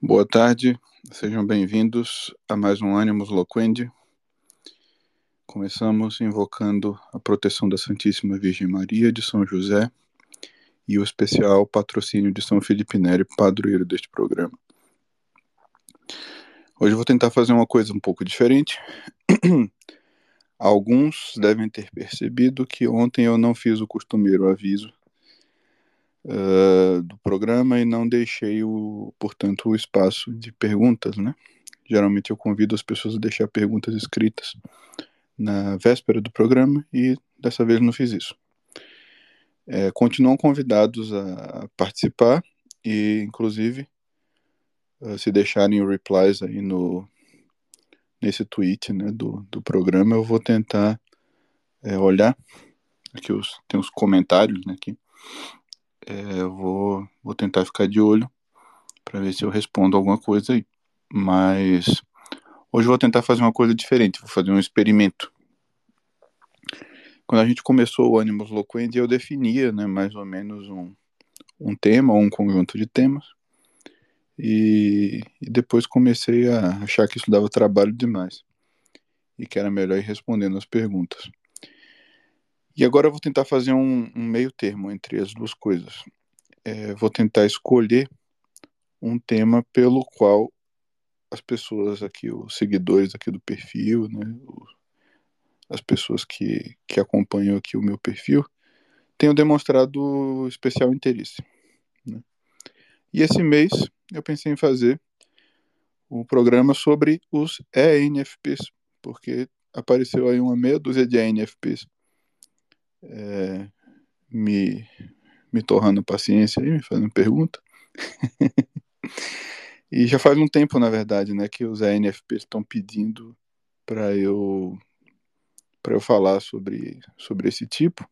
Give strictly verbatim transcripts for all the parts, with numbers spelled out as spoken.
Boa tarde, sejam bem-vindos a mais um Animus Loquendi. Começamos invocando a proteção da Santíssima Virgem Maria, de São José, e o especial patrocínio de São Felipe Neri, padroeiro deste programa. Hoje eu vou tentar fazer uma coisa um pouco diferente. Alguns devem ter percebido que ontem eu não fiz o costumeiro aviso uh, do programa e não deixei, o, portanto, o espaço de perguntas, né? Geralmente eu convido as pessoas a deixar perguntas escritas na véspera do programa e dessa vez não fiz isso. É, continuam convidados a participar e, inclusive, uh, se deixarem replies aí no, nesse tweet, né, do, do programa, eu vou tentar é, olhar. Aqui os, tem os comentários, né, aqui. É, eu vou, vou tentar ficar de olho para ver se eu respondo alguma coisa aí. Mas hoje eu vou tentar fazer uma coisa diferente, vou fazer um experimento. Quando a gente começou o Animus Loquendi, eu definia, né, mais ou menos um, um tema ou um conjunto de temas. E, e depois comecei a achar que isso dava trabalho demais e que era melhor ir respondendo as perguntas. E agora eu vou tentar fazer um, um meio termo entre as duas coisas. É, vou tentar escolher um tema pelo qual as pessoas aqui, os seguidores aqui do perfil, né, os, as pessoas que, que acompanham aqui o meu perfil, tenham demonstrado especial interesse, né? E esse mês eu pensei em fazer um programa sobre os E N F Ps, porque apareceu aí uma meia dúzia de E N F Ps é, me, me torrando paciência aí, me fazendo pergunta. E já faz um tempo, na verdade, né, que os E N F Ps estão pedindo para eu para eu falar sobre, sobre esse tipo.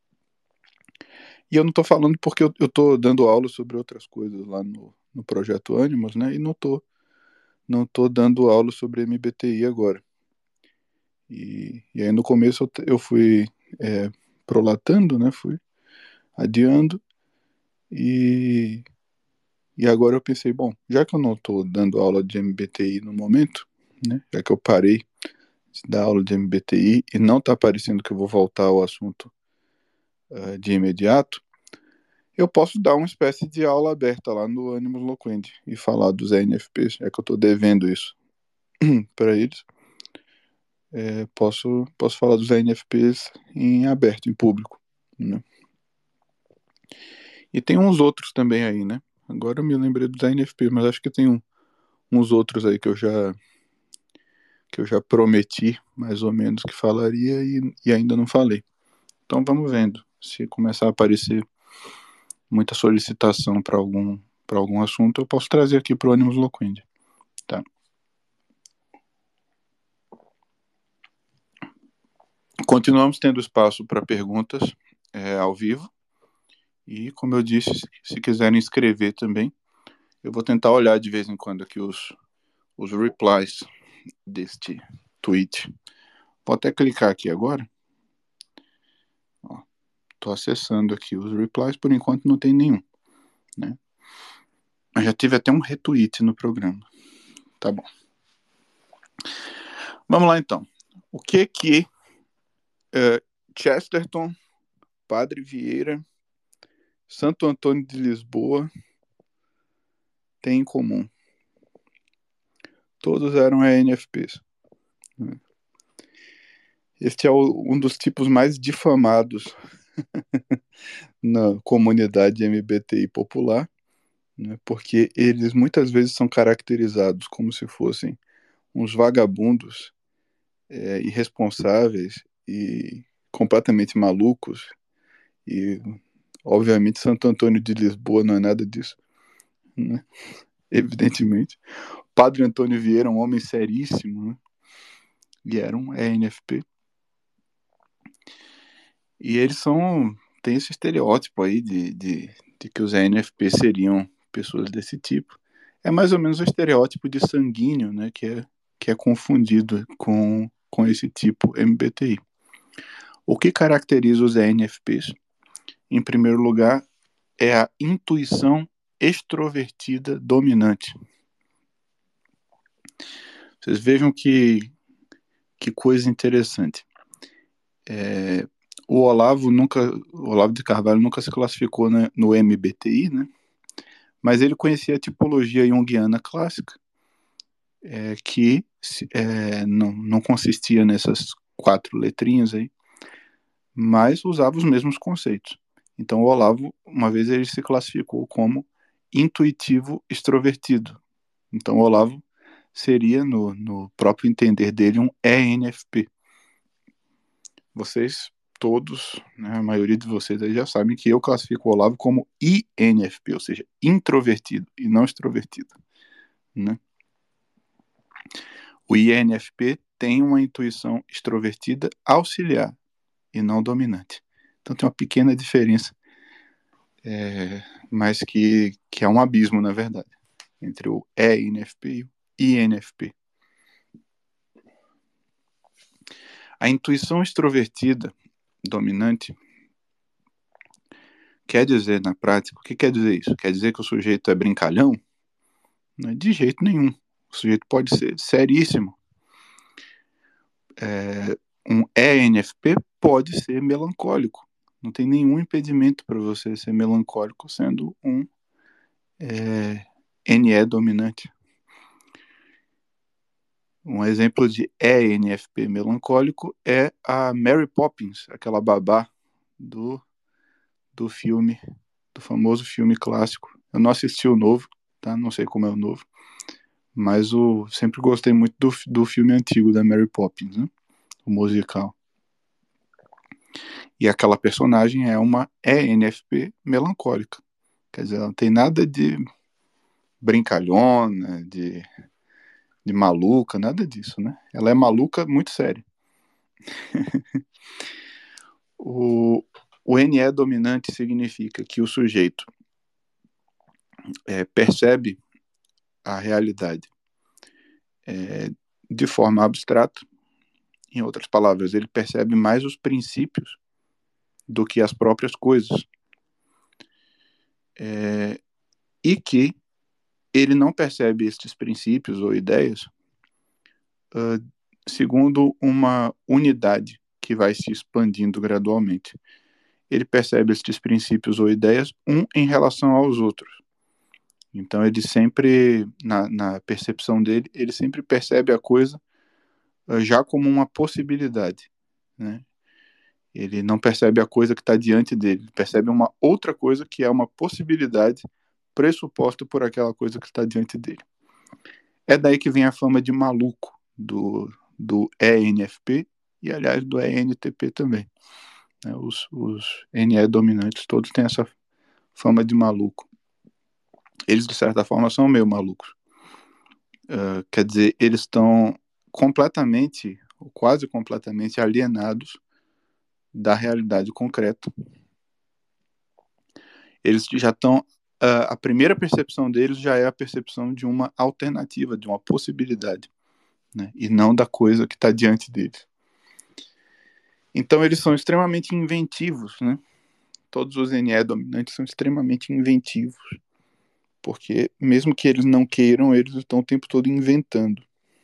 E eu não estou falando porque eu estou dando aula sobre outras coisas lá no, no Projeto Animus, né, e não estou não tô dando aula sobre M B T I agora. E, e aí no começo eu, eu fui é, prolatando, né, fui adiando, e, e agora eu pensei, bom, já que eu não estou dando aula de M B T I no momento, né, já que eu parei de dar aula de M B T I e não está parecendo que eu vou voltar ao assunto uh, de imediato, eu posso dar uma espécie de aula aberta lá no Animus Loquendi e falar dos E N F Ps, já que eu estou devendo isso para eles. É, posso, posso falar dos E N F Ps em aberto, em público, né? E tem uns outros também aí, né? Agora eu me lembrei dos E N F Ps, mas acho que tem um, uns outros aí que eu já que eu já prometi, mais ou menos, que falaria e, e ainda não falei. Então vamos vendo. Se começar a aparecer muita solicitação para algum, para algum assunto, eu posso trazer aqui para o Animus Loquendi. Tá. Continuamos tendo espaço para perguntas é, ao vivo. E, como eu disse, se quiserem escrever também, eu vou tentar olhar de vez em quando aqui os, os replies deste tweet. Vou até clicar aqui agora. Estou acessando aqui os replies, por enquanto não tem nenhum, né? Mas já tive até um retweet no programa. Tá bom. Vamos lá então. O que que uh, Chesterton, Padre Vieira, Santo Antônio de Lisboa têm em comum? Todos eram E N F Ps. Este é o, um dos tipos mais difamados na comunidade M B T I popular, né, porque eles muitas vezes são caracterizados como se fossem uns vagabundos é, irresponsáveis e completamente malucos. E, obviamente, Santo Antônio de Lisboa não é nada disso, né? Evidentemente. Padre Antônio Vieira, um homem seríssimo, né? E era um E N F P. E eles são... tem esse estereótipo aí de, de, de que os E N F P seriam pessoas desse tipo. É mais ou menos o estereótipo de sanguíneo, né? Que é, que é confundido com, com esse tipo M B T I. O que caracteriza os E N F Ps? Em primeiro lugar, é a intuição extrovertida dominante. Vocês vejam que, que coisa interessante. É, o Olavo nunca, o Olavo de Carvalho nunca se classificou, né, no M B T I, né? Mas ele conhecia a tipologia junguiana clássica, é, que é, não, não consistia nessas quatro letrinhas aí, mas usava os mesmos conceitos. Então o Olavo, uma vez ele se classificou como intuitivo extrovertido. Então o Olavo seria, no, no próprio entender dele, um E N F P. Vocês todos, né, a maioria de vocês aí já sabem que eu classifico o Olavo como I N F P, ou seja, introvertido e não extrovertido, né? O I N F P tem uma intuição extrovertida auxiliar e não dominante. Então tem uma pequena diferença, é, mas que, que é um abismo, na verdade, entre o E N F P e o I N F P. A intuição extrovertida dominante quer dizer, na prática, o que quer dizer isso? Quer dizer que o sujeito é brincalhão? Não é de jeito nenhum. O sujeito pode ser seríssimo. É, um E N F P pode ser melancólico. Não tem nenhum impedimento para você ser melancólico sendo um é, N E dominante. Um exemplo de E N F P melancólico é a Mary Poppins, aquela babá do, do filme, do famoso filme clássico. Eu não assisti o novo, tá? Não sei como é o novo, mas o, sempre gostei muito do, do filme antigo da Mary Poppins, né? O musical. E aquela personagem é uma E N F P melancólica. Quer dizer, ela não tem nada de brincalhona, de, de maluca, nada disso, né? Ela é maluca muito séria. o, o N E dominante significa que o sujeito é, percebe a realidade é, de forma abstrata. Em outras palavras, ele percebe mais os princípios do que as próprias coisas. É, e que ele não percebe estes princípios ou ideias uh, segundo uma unidade que vai se expandindo gradualmente. Ele percebe estes princípios ou ideias um em relação aos outros. Então ele sempre, na, na percepção dele, ele sempre percebe a coisa uh, já como uma possibilidade, né? Ele não percebe a coisa que está diante dele, ele percebe uma outra coisa que é uma possibilidade pressuposta por aquela coisa que está diante dele. É daí que vem a fama de maluco do, do E N F P e, aliás, do E N T P também. Os, os N E dominantes todos têm essa fama de maluco. Eles, de certa forma, são meio malucos. Uh, quer dizer, eles estão completamente, ou quase completamente alienados da realidade concreta. Eles já estão... Uh, a primeira percepção deles já é a percepção de uma alternativa, de uma possibilidade, né? E não da coisa que está diante deles. Então eles são extremamente inventivos, né? Todos os N E dominantes são extremamente inventivos, porque mesmo que eles não queiram, eles estão o tempo todo inventando.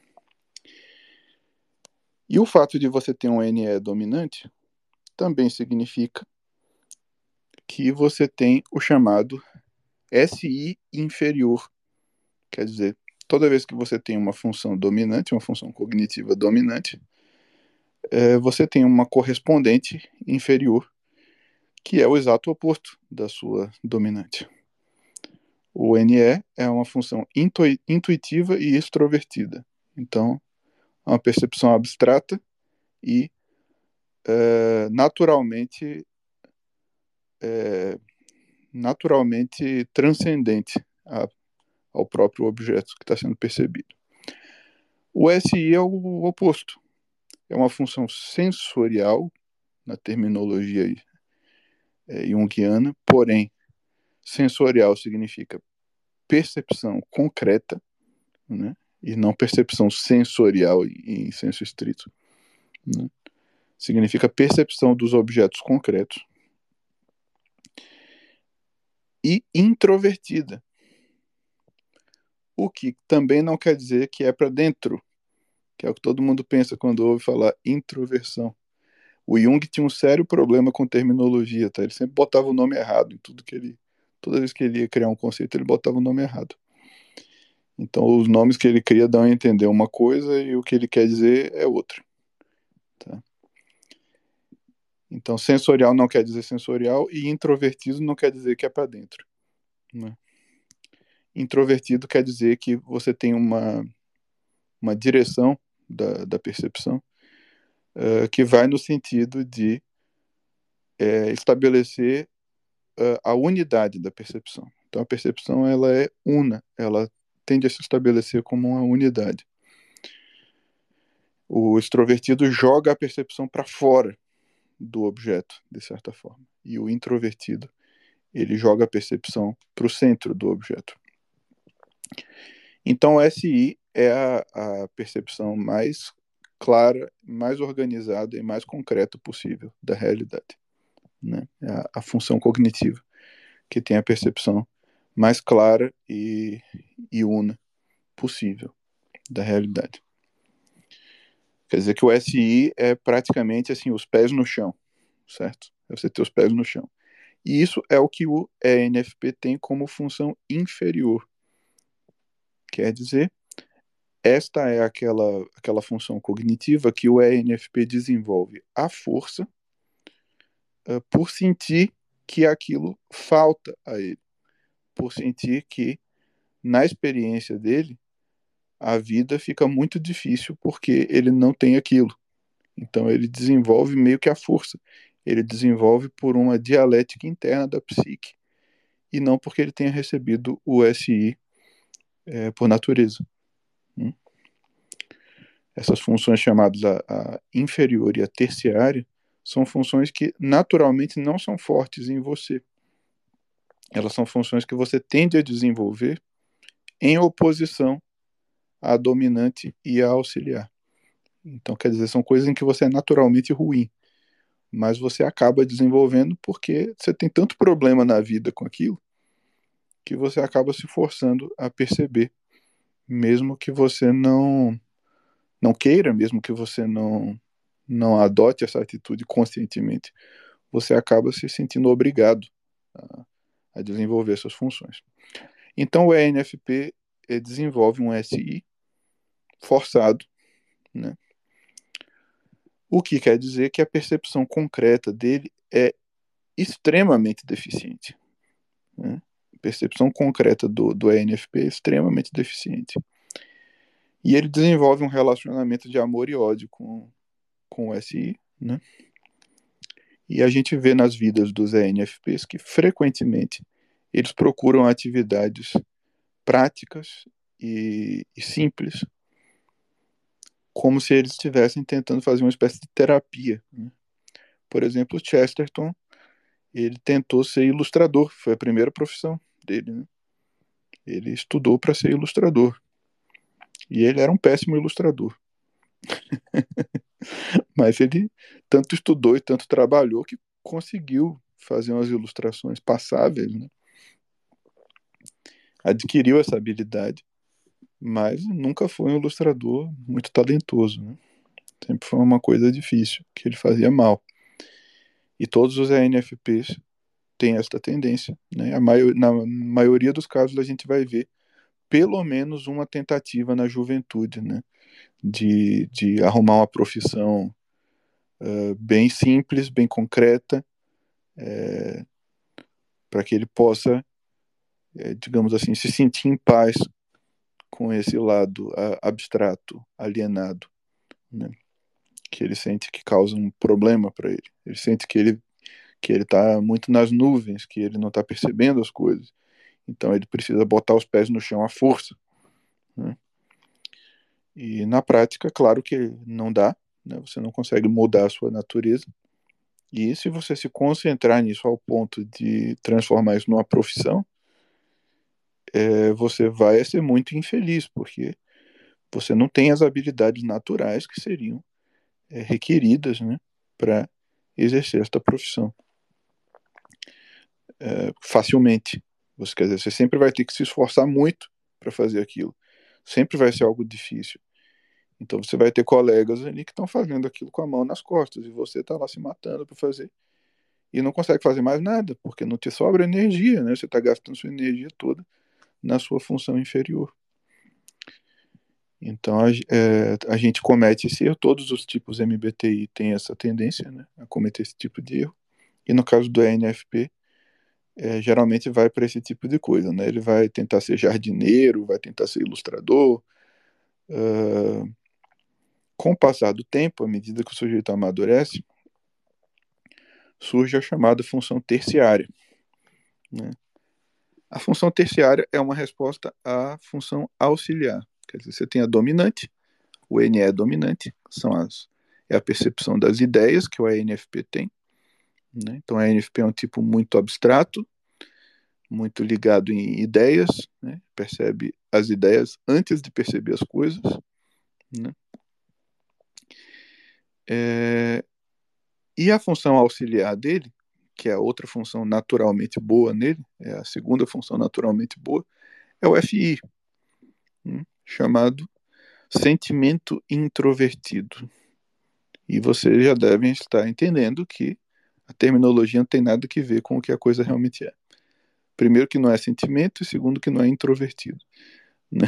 E o fato de você ter um N E dominante também significa que você tem o chamado S I inferior. Quer dizer, toda vez que você tem uma função dominante, uma função cognitiva dominante, é, você tem uma correspondente inferior, que é o exato oposto da sua dominante. O N E é uma função intu- intuitiva e extrovertida. Então, é uma percepção abstrata e é, naturalmente é, naturalmente transcendente a, ao próprio objeto que está sendo percebido. O S I é o oposto. É uma função sensorial, na terminologia é, junguiana, porém, sensorial significa percepção concreta, né? E não percepção sensorial em senso estrito, né? Significa percepção dos objetos concretos. E introvertida, o que também não quer dizer que é para dentro, que é o que todo mundo pensa quando ouve falar introversão. O Jung tinha um sério problema com terminologia, tá? Ele sempre botava o nome errado em tudo que ele... Toda vez que ele ia criar um conceito, ele botava o nome errado. Então, os nomes que ele cria dão a entender uma coisa e o que ele quer dizer é outra. Tá? Então, sensorial não quer dizer sensorial e introvertido não quer dizer que é para dentro. Né? Introvertido quer dizer que você tem uma, uma direção da, da percepção uh, que vai no sentido de é, estabelecer uh, a unidade da percepção. Então, a percepção ela é una, ela tende a se estabelecer como uma unidade. O extrovertido joga a percepção para fora do objeto, de certa forma. E o introvertido, ele joga a percepção para o centro do objeto. Então, o S I é a, a percepção mais clara, mais organizada e mais concreta possível da realidade. Né? É a, a função cognitiva que tem a percepção mais clara e, e una possível da realidade. Quer dizer que o S I é praticamente assim, os pés no chão, certo? É você ter os pés no chão. E isso é o que o E N F P tem como função inferior. Quer dizer, esta é aquela, aquela função cognitiva que o E N F P desenvolve à força uh, por sentir que aquilo falta a ele. Por sentir que, na experiência dele, a vida fica muito difícil porque ele não tem aquilo. Então ele desenvolve meio que a força. Ele desenvolve por uma dialética interna da psique e não porque ele tenha recebido o S I é, por natureza. Hum? Essas funções chamadas a, a inferior e a terciária são funções que naturalmente não são fortes em você. Elas são funções que você tende a desenvolver em oposição à dominante e à auxiliar. Então, quer dizer, são coisas em que você é naturalmente ruim, mas você acaba desenvolvendo porque você tem tanto problema na vida com aquilo que você acaba se forçando a perceber, mesmo que você não não queira, mesmo que você não não adote essa atitude conscientemente, você acaba se sentindo obrigado a, a desenvolver essas funções. Então o E N F P desenvolve um S I forçado, né? O que quer dizer que a percepção concreta dele é extremamente deficiente. Né? A percepção concreta do, do E N F P é extremamente deficiente. E ele desenvolve um relacionamento de amor e ódio com, com o S I, né? E a gente vê nas vidas dos E N F Ps que, frequentemente, eles procuram atividades práticas e, e simples, como se eles estivessem tentando fazer uma espécie de terapia. Né? Por exemplo, o Chesterton, ele tentou ser ilustrador, foi a primeira profissão dele. Né? Ele estudou para ser ilustrador. E ele era um péssimo ilustrador. Mas ele tanto estudou e tanto trabalhou que conseguiu fazer umas ilustrações passáveis, né? Adquiriu essa habilidade, mas nunca foi um ilustrador muito talentoso. Né? Sempre foi uma coisa difícil, que ele fazia mal. E todos os E N F Ps têm essa tendência. Né? A maior, na maioria dos casos a gente vai ver pelo menos uma tentativa na juventude, né? de, de arrumar uma profissão uh, bem simples, bem concreta, é, para que ele possa, é, digamos assim, se sentir em paz com esse lado uh, abstrato, alienado, né? Que ele sente que causa um problema para ele. Ele sente que ele que ele está muito nas nuvens, que ele não está percebendo as coisas. Então ele precisa botar os pés no chão à força. Né? E na prática, claro que não dá, né? Você não consegue mudar a sua natureza. E se você se concentrar nisso ao ponto de transformar isso numa profissão, é, você vai ser muito infeliz, porque você não tem as habilidades naturais que seriam é, requeridas, né, para exercer esta profissão é, facilmente. Você, quer dizer, você sempre vai ter que se esforçar muito para fazer aquilo. Sempre vai ser algo difícil. Então você vai ter colegas ali que estão fazendo aquilo com a mão nas costas e você está lá se matando para fazer e não consegue fazer mais nada, porque não te sobra energia, né? Você está gastando sua energia toda na sua função inferior. Então a, é, a gente comete esse erro, todos os tipos M B T I têm essa tendência, né, a cometer esse tipo de erro. E no caso do E N F P, é, geralmente vai para esse tipo de coisa, né? Ele vai tentar ser jardineiro, vai tentar ser ilustrador. Uh, com o passar do tempo, à medida que o sujeito amadurece, surge a chamada função terciária, né? A função terciária é uma resposta à função auxiliar. Quer dizer, você tem a dominante, o N é dominante, são as, é a percepção das ideias que o E N F P tem, né? Então, o E N F P é um tipo muito abstrato, muito ligado em ideias, né? Percebe as ideias antes de perceber as coisas, né? É... E a função auxiliar dele, que é a outra função naturalmente boa nele, é a segunda função naturalmente boa, é o F I, né? Chamado sentimento introvertido. E vocês já devem estar entendendo que a terminologia não tem nada a ver com o que a coisa realmente é. Primeiro, que não é sentimento, e segundo, que não é introvertido, né?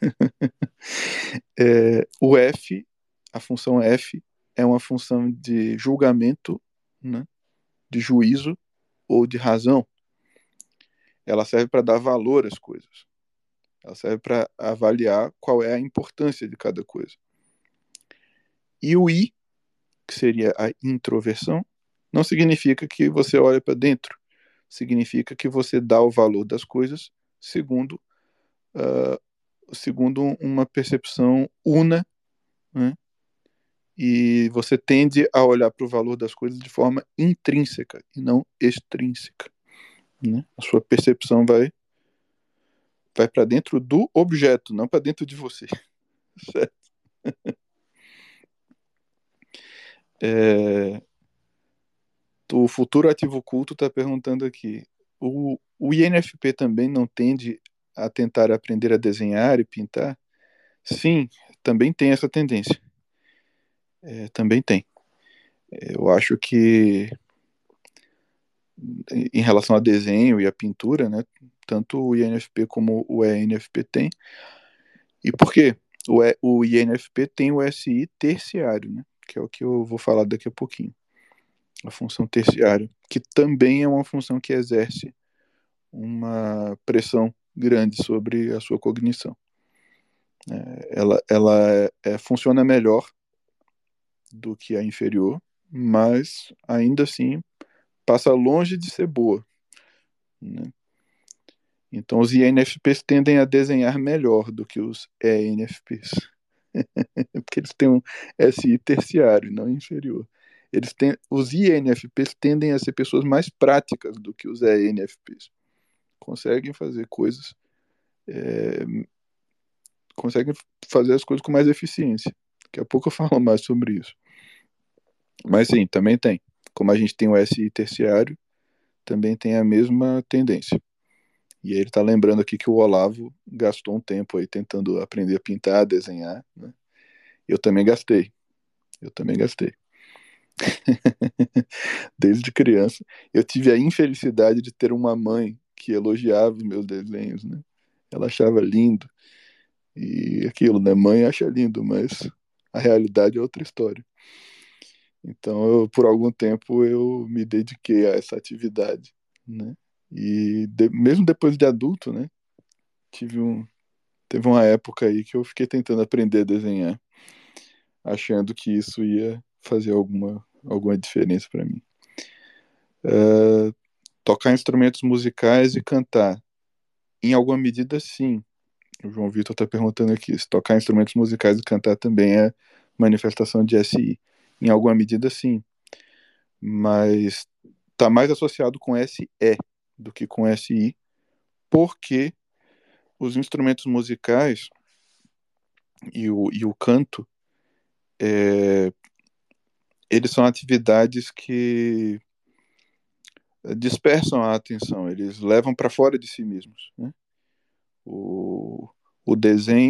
É, o F, a função F, é uma função de julgamento, né, de juízo ou de razão. Ela serve para dar valor às coisas. Ela serve para avaliar qual é a importância de cada coisa. E o I, que seria a introversão, não significa que você olha para dentro. Significa que você dá o valor das coisas segundo, uh, segundo uma percepção una, né? E você tende a olhar para o valor das coisas de forma intrínseca e não extrínseca, né? A sua percepção vai, vai para dentro do objeto, não para dentro de você, certo? É, o futuro ativo culto está perguntando aqui, o, o I N F P também não tende a tentar aprender a desenhar e pintar? Sim, também tem essa tendência. É, também tem. Eu acho que em relação a desenho e a pintura, né, tanto o I N F P como o E N F P tem. E por quê? O, e, o I N F P tem o S I terciário, né, que é o que eu vou falar daqui a pouquinho. A função terciária, que também é uma função que exerce uma pressão grande sobre a sua cognição. É, ela ela é, é, funciona melhor do que a inferior, mas ainda assim passa longe de ser boa, né? Então os I N F Ps tendem a desenhar melhor do que os E N F Ps, porque eles têm um S I terciário, não inferior. Eles têm, os I N F Ps tendem a ser pessoas mais práticas do que os E N F Ps. Conseguem fazer coisas, é, conseguem fazer as coisas com mais eficiência. Daqui a pouco eu falo mais sobre isso. Mas sim, também tem. Como a gente tem o S I terciário, também tem a mesma tendência. E aí ele está lembrando aqui que o Olavo gastou um tempo aí tentando aprender a pintar, a desenhar, né? Eu também gastei. Eu também gastei. Desde criança. Eu tive a infelicidade de ter uma mãe que elogiava os meus desenhos, né? Ela achava lindo. E aquilo, né? Mãe acha lindo, mas a realidade é outra história. Então, eu, por algum tempo, eu me dediquei a essa atividade, né? E de, mesmo depois de adulto, né? Tive um, teve uma época aí que eu fiquei tentando aprender a desenhar, achando que isso ia fazer alguma, alguma diferença para mim. Uh, tocar instrumentos musicais e cantar. Em alguma medida, sim. O João Vitor está perguntando aqui. Se tocar instrumentos musicais e cantar também é manifestação de S I. Em alguma medida, sim. Mas está mais associado com S E do que com S I, porque os instrumentos musicais e o, e o canto, é, eles são atividades que dispersam a atenção, eles levam para fora de si mesmos, né? O, o desenho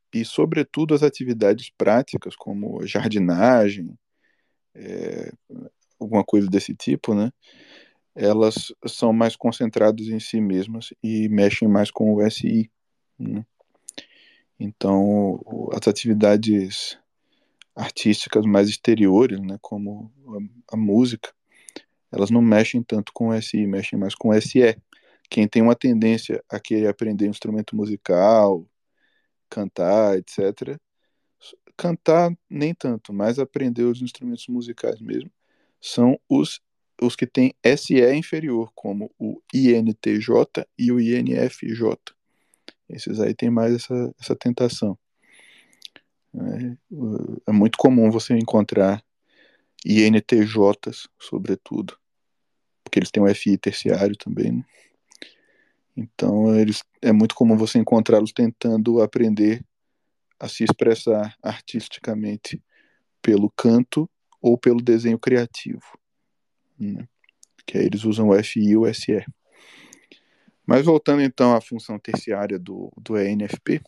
e, sobretudo, as atividades práticas, como jardinagem, é, alguma coisa desse tipo, né? Elas são mais concentradas em si mesmas e mexem mais com o S I, né? Então, as atividades artísticas mais exteriores, né, como a, a música, elas não mexem tanto com o S I, mexem mais com o S E. Quem tem uma tendência a querer aprender um instrumento musical, cantar, etcétera. Cantar nem tanto, mas aprender os instrumentos musicais mesmo, são os, os que têm S E inferior, como o I N T J e o I N F J. Esses aí tem mais essa, essa tentação. É, é muito comum você encontrar I N T Js, sobretudo, porque eles têm um F I terciário também, né? Então, eles, é muito comum você encontrá-los tentando aprender a se expressar artisticamente pelo canto ou pelo desenho criativo, né? Que aí eles usam o F I e o S E. Mas voltando então à função terciária do, do E N F P,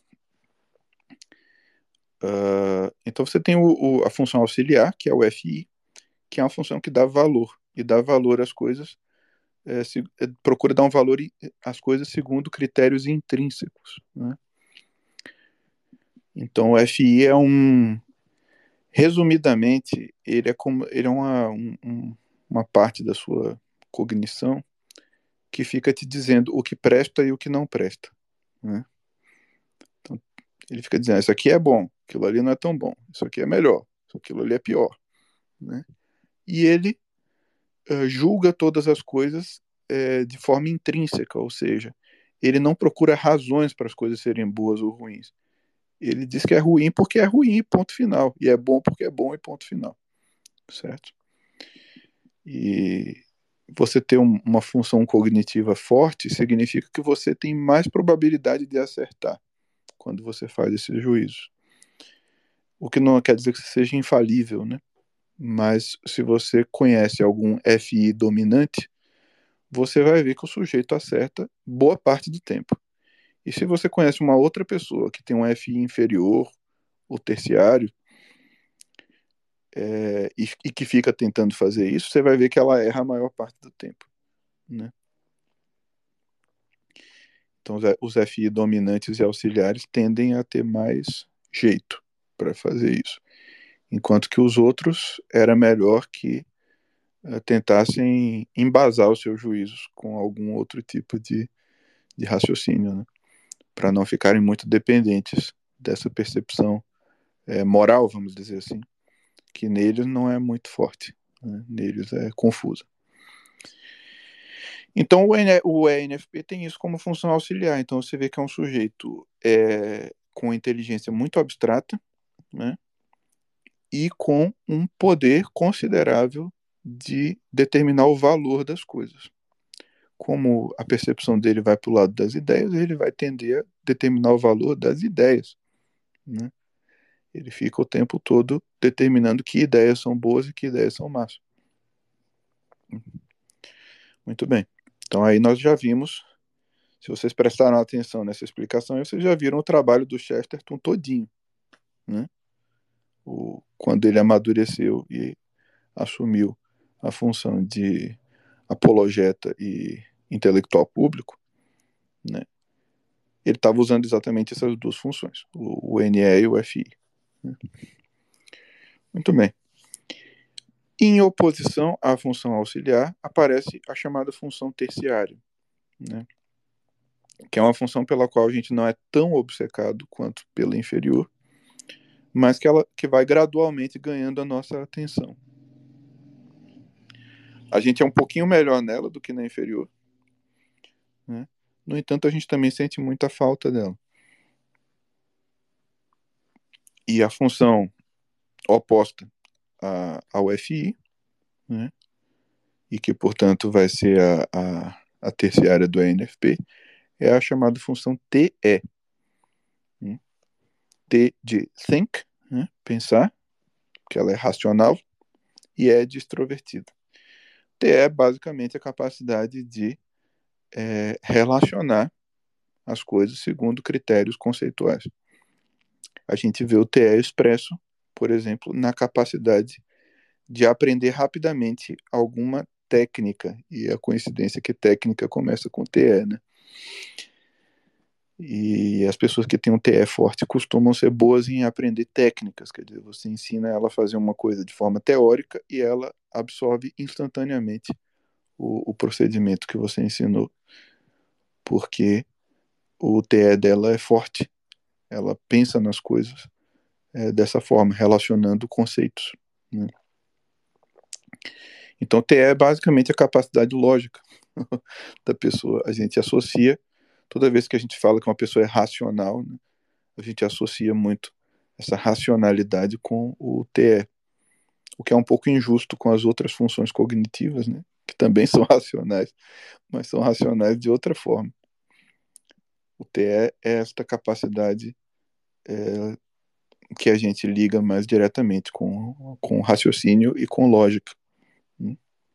uh, então você tem o, o, a função auxiliar, que é o F I, que é uma função que dá valor, e dá valor às coisas, é, se, é, procura dar um valor às coisas segundo critérios intrínsecos, né? Então o F I é um, resumidamente, ele é, como, ele é uma, um, uma parte da sua cognição que fica te dizendo o que presta e o que não presta, né? Então, ele fica dizendo, isso aqui é bom, aquilo ali não é tão bom, isso aqui é melhor, isso aquilo ali é pior, né? E ele uh, julga todas as coisas uh, de forma intrínseca, ou seja, ele não procura razões para as coisas serem boas ou ruins. Ele diz que é ruim porque é ruim, ponto final, e é bom porque é bom e ponto final, certo? E você ter um, uma função cognitiva forte significa que você tem mais probabilidade de acertar quando você faz esses juízos. O que não quer dizer que você seja infalível, né? Mas se você conhece algum F I dominante, você vai ver que o sujeito acerta boa parte do tempo. E se você conhece uma outra pessoa que tem um F I inferior ou terciário, é, e, e que fica tentando fazer isso, você vai ver que ela erra a maior parte do tempo, né? Então, os F I dominantes e auxiliares tendem a ter mais jeito para fazer isso. Enquanto que os outros era melhor que uh, tentassem embasar os seus juízos com algum outro tipo de, de raciocínio, né? Para não ficarem muito dependentes dessa percepção é, moral, vamos dizer assim, que neles não é muito forte, né? Neles é confusa. Então o, N- o E N F P tem isso como função auxiliar. Então você vê que é um sujeito é, com inteligência muito abstrata, né? E com um poder considerável de determinar o valor das coisas. Como a percepção dele vai para o lado das ideias, ele vai tender a determinar o valor das ideias, né? Ele fica o tempo todo determinando que ideias são boas e que ideias são más. Muito bem. Então aí nós já vimos, se vocês prestaram atenção nessa explicação, vocês já viram o trabalho do Chesterton todinho, né? O, quando ele amadureceu e assumiu a função de apologeta e intelectual público, né? Ele estava usando exatamente essas duas funções, o, o N E e o F I, né? Muito bem. Em oposição à função auxiliar, aparece a chamada função terciária, né? Que é uma função pela qual a gente não é tão obcecado quanto pela inferior, mas que ela que vai gradualmente ganhando a nossa atenção. A gente é um pouquinho melhor nela do que na inferior, né? No entanto, a gente também sente muita falta dela. E a função oposta a, ao F I, né? E que, portanto, vai ser a, a, a terciária do E N F P, é a chamada função T E. Né? T de think, né? Pensar, que ela é racional, e E de extrovertido. T é basicamente a capacidade de é, relacionar as coisas segundo critérios conceituais. a gente vê o T E expresso, por exemplo, na capacidade de aprender rapidamente alguma técnica, e a coincidência é que técnica começa com T E, né? E as pessoas que têm um T E forte costumam ser boas em aprender técnicas, quer dizer, você ensina ela a fazer uma coisa de forma teórica e ela absorve instantaneamente o, o procedimento que você ensinou, porque o T E dela é forte, ela pensa nas coisas é, dessa forma, relacionando conceitos, né? Então, T E é basicamente a capacidade lógica da pessoa. A gente associa, toda vez que a gente fala que uma pessoa é racional, né, a gente associa muito essa racionalidade com o T E, o que é um pouco injusto com as outras funções cognitivas, né, que também são racionais, mas são racionais de outra forma. O T E é esta capacidade é, que a gente liga mais diretamente com, com raciocínio e com lógica. Né?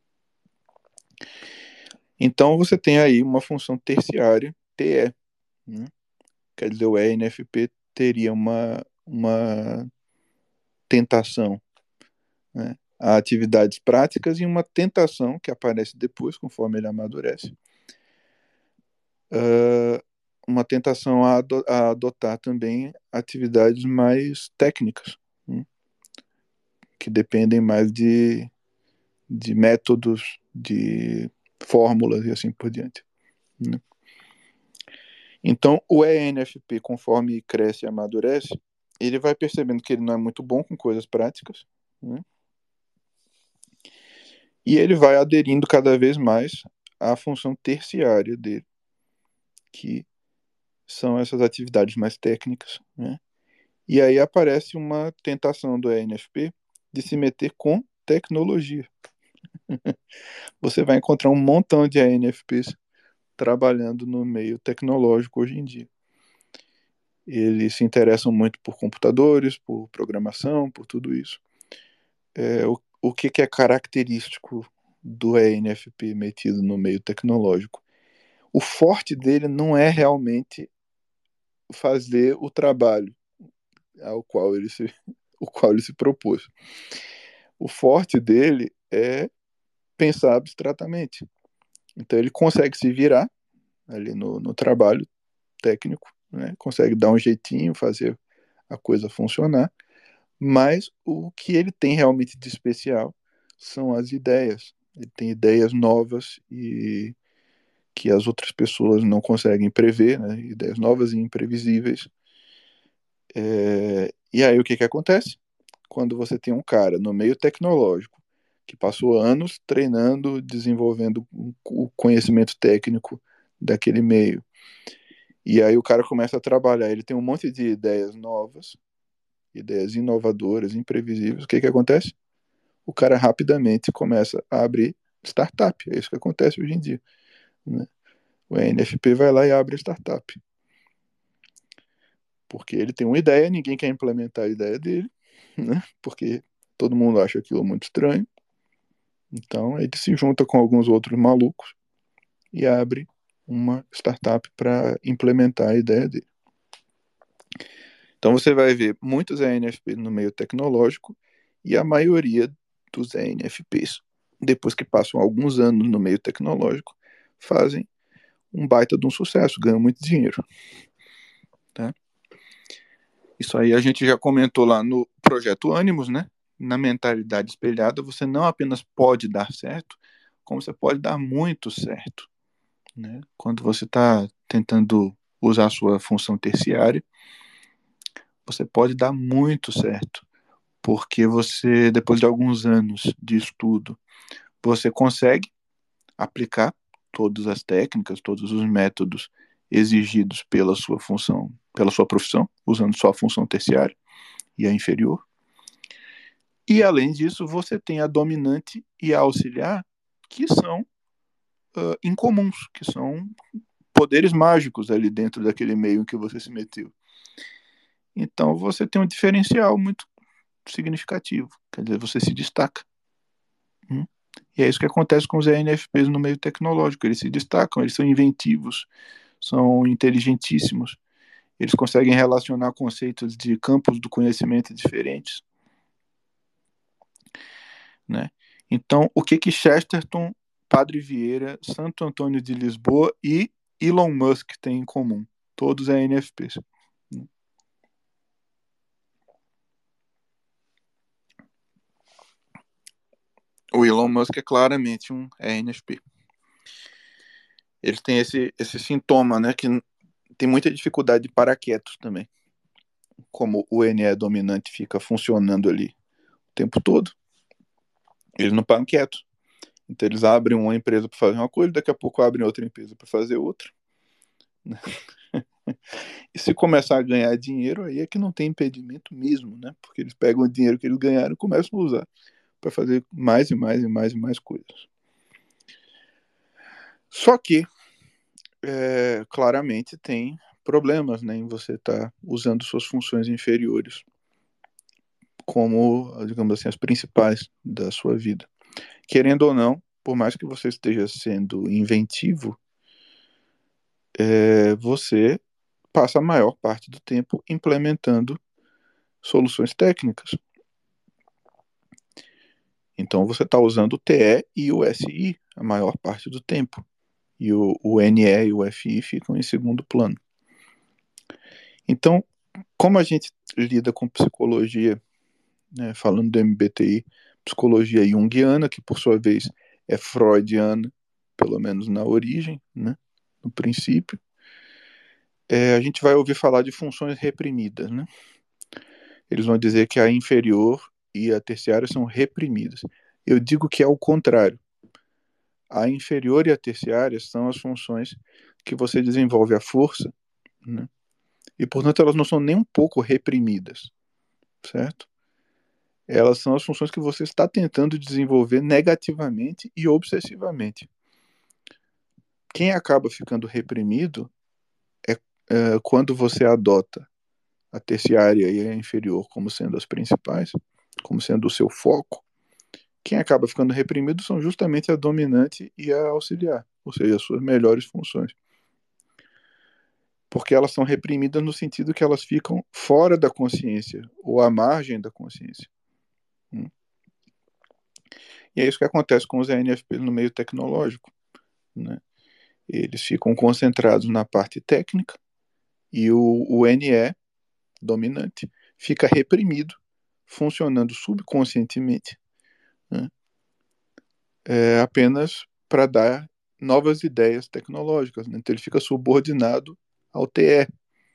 Então você tem aí uma função terciária, T E. Né? Quer dizer, o E N F P teria uma, uma tentação, né, a atividades práticas e uma tentação que aparece depois, conforme ele amadurece, uh, uma tentação a, ado a adotar também atividades mais técnicas, né, que dependem mais de, de métodos, de fórmulas e assim por diante. Né. Então, o E N F P, conforme cresce e amadurece, ele vai percebendo que ele não é muito bom com coisas práticas, né? E ele vai aderindo cada vez mais à função terciária dele, que são essas atividades mais técnicas, né? E aí aparece uma tentação do E N F P de se meter com tecnologia. Você vai encontrar um montão de E N F Ps trabalhando no meio tecnológico hoje em dia. Eles se interessam muito por computadores, por programação, por tudo isso. É, o, o que, que é característico do E N F P metido no meio tecnológico? O forte dele não é realmente fazer o trabalho ao qual ele se, o qual ele se propôs. O forte dele é pensar abstratamente. Então ele consegue se virar ali no, no trabalho técnico, né? Consegue dar um jeitinho, fazer a coisa funcionar, mas o que ele tem realmente de especial são as ideias. Ele tem ideias novas e que as outras pessoas não conseguem prever, né? Ideias novas e imprevisíveis. É... E aí o que, que acontece? Quando você tem um cara no meio tecnológico que passou anos treinando, desenvolvendo o conhecimento técnico daquele meio, e aí o cara começa a trabalhar, ele tem um monte de ideias novas, ideias inovadoras, imprevisíveis, o que, que acontece? O cara rapidamente começa a abrir startup, é isso que acontece hoje em dia, né? O N F P vai lá e abre startup, porque ele tem uma ideia, ninguém quer implementar a ideia dele, né? Porque todo mundo acha aquilo muito estranho. Então ele se junta com alguns outros malucos e abre uma startup para implementar a ideia dele. Então você vai ver muitos E N F Ps no meio tecnológico e a maioria dos E N F Ps, depois que passam alguns anos no meio tecnológico, fazem um baita de um sucesso, ganham muito dinheiro. Tá? Isso aí a gente já comentou lá no Projeto Ânimos, né? Na mentalidade espelhada, você não apenas pode dar certo, como você pode dar muito certo. Né? Quando você está tentando usar a sua função terciária, você pode dar muito certo, porque você, depois de alguns anos de estudo, você consegue aplicar todas as técnicas, todos os métodos exigidos pela sua função, pela sua profissão, usando só a função terciária e a inferior. E, além disso, você tem a dominante e a auxiliar, que são uh, incomuns, que são poderes mágicos ali dentro daquele meio em que você se meteu. Então, você tem um diferencial muito significativo, quer dizer, você se destaca. Hum? E é isso que acontece com os E N F Ps no meio tecnológico, eles se destacam, eles são inventivos, são inteligentíssimos, Eles conseguem relacionar conceitos de campos do conhecimento diferentes, né? Então, o que que Chesterton, Padre Vieira, Santo Antônio de Lisboa e Elon Musk têm em comum? Todos é N F Ps. O Elon Musk é claramente um E N F P. Ele tem esse, esse sintoma, né, que tem muita dificuldade de parar quietos também. Como o N E dominante fica funcionando ali o tempo todo, eles não param quietos. Então eles abrem uma empresa para fazer uma coisa, daqui a pouco abrem outra empresa para fazer outra. E se começar a ganhar dinheiro, aí é que não tem impedimento mesmo, né? Porque eles pegam o dinheiro que eles ganharam e começam a usar para fazer mais e mais e mais e mais coisas. Só que, é, claramente, tem problemas, né, em você estar tá usando suas funções inferiores como, digamos assim, as principais da sua vida. Querendo ou não, por mais que você esteja sendo inventivo, é, você passa a maior parte do tempo implementando soluções técnicas. Então você está usando o T E e o S I a maior parte do tempo. E o, o N E e o F I ficam em segundo plano. Então, como a gente lida com psicologia, né, falando do M B T I, psicologia junguiana, que por sua vez é freudiana, pelo menos na origem, né, no princípio, é, a gente vai ouvir falar de funções reprimidas, né? Eles vão dizer que a inferior e a terciária são reprimidas. Eu digo que é o contrário. A inferior e a terciária são as funções que você desenvolve à força, né? E, portanto, elas não são nem um pouco reprimidas, certo? Elas são as funções que você está tentando desenvolver negativamente e obsessivamente. Quem acaba ficando reprimido é, é quando você adota a terciária e a inferior como sendo as principais, como sendo o seu foco. Quem acaba ficando reprimido são justamente a dominante e a auxiliar, ou seja, as suas melhores funções. Porque elas são reprimidas no sentido que elas ficam fora da consciência, ou à margem da consciência. Hum. E é isso que acontece com os E N F P no meio tecnológico, né? Eles ficam concentrados na parte técnica e o, o N E, dominante, fica reprimido, funcionando subconscientemente, né? É apenas para dar novas ideias tecnológicas, né? Então ele fica subordinado ao T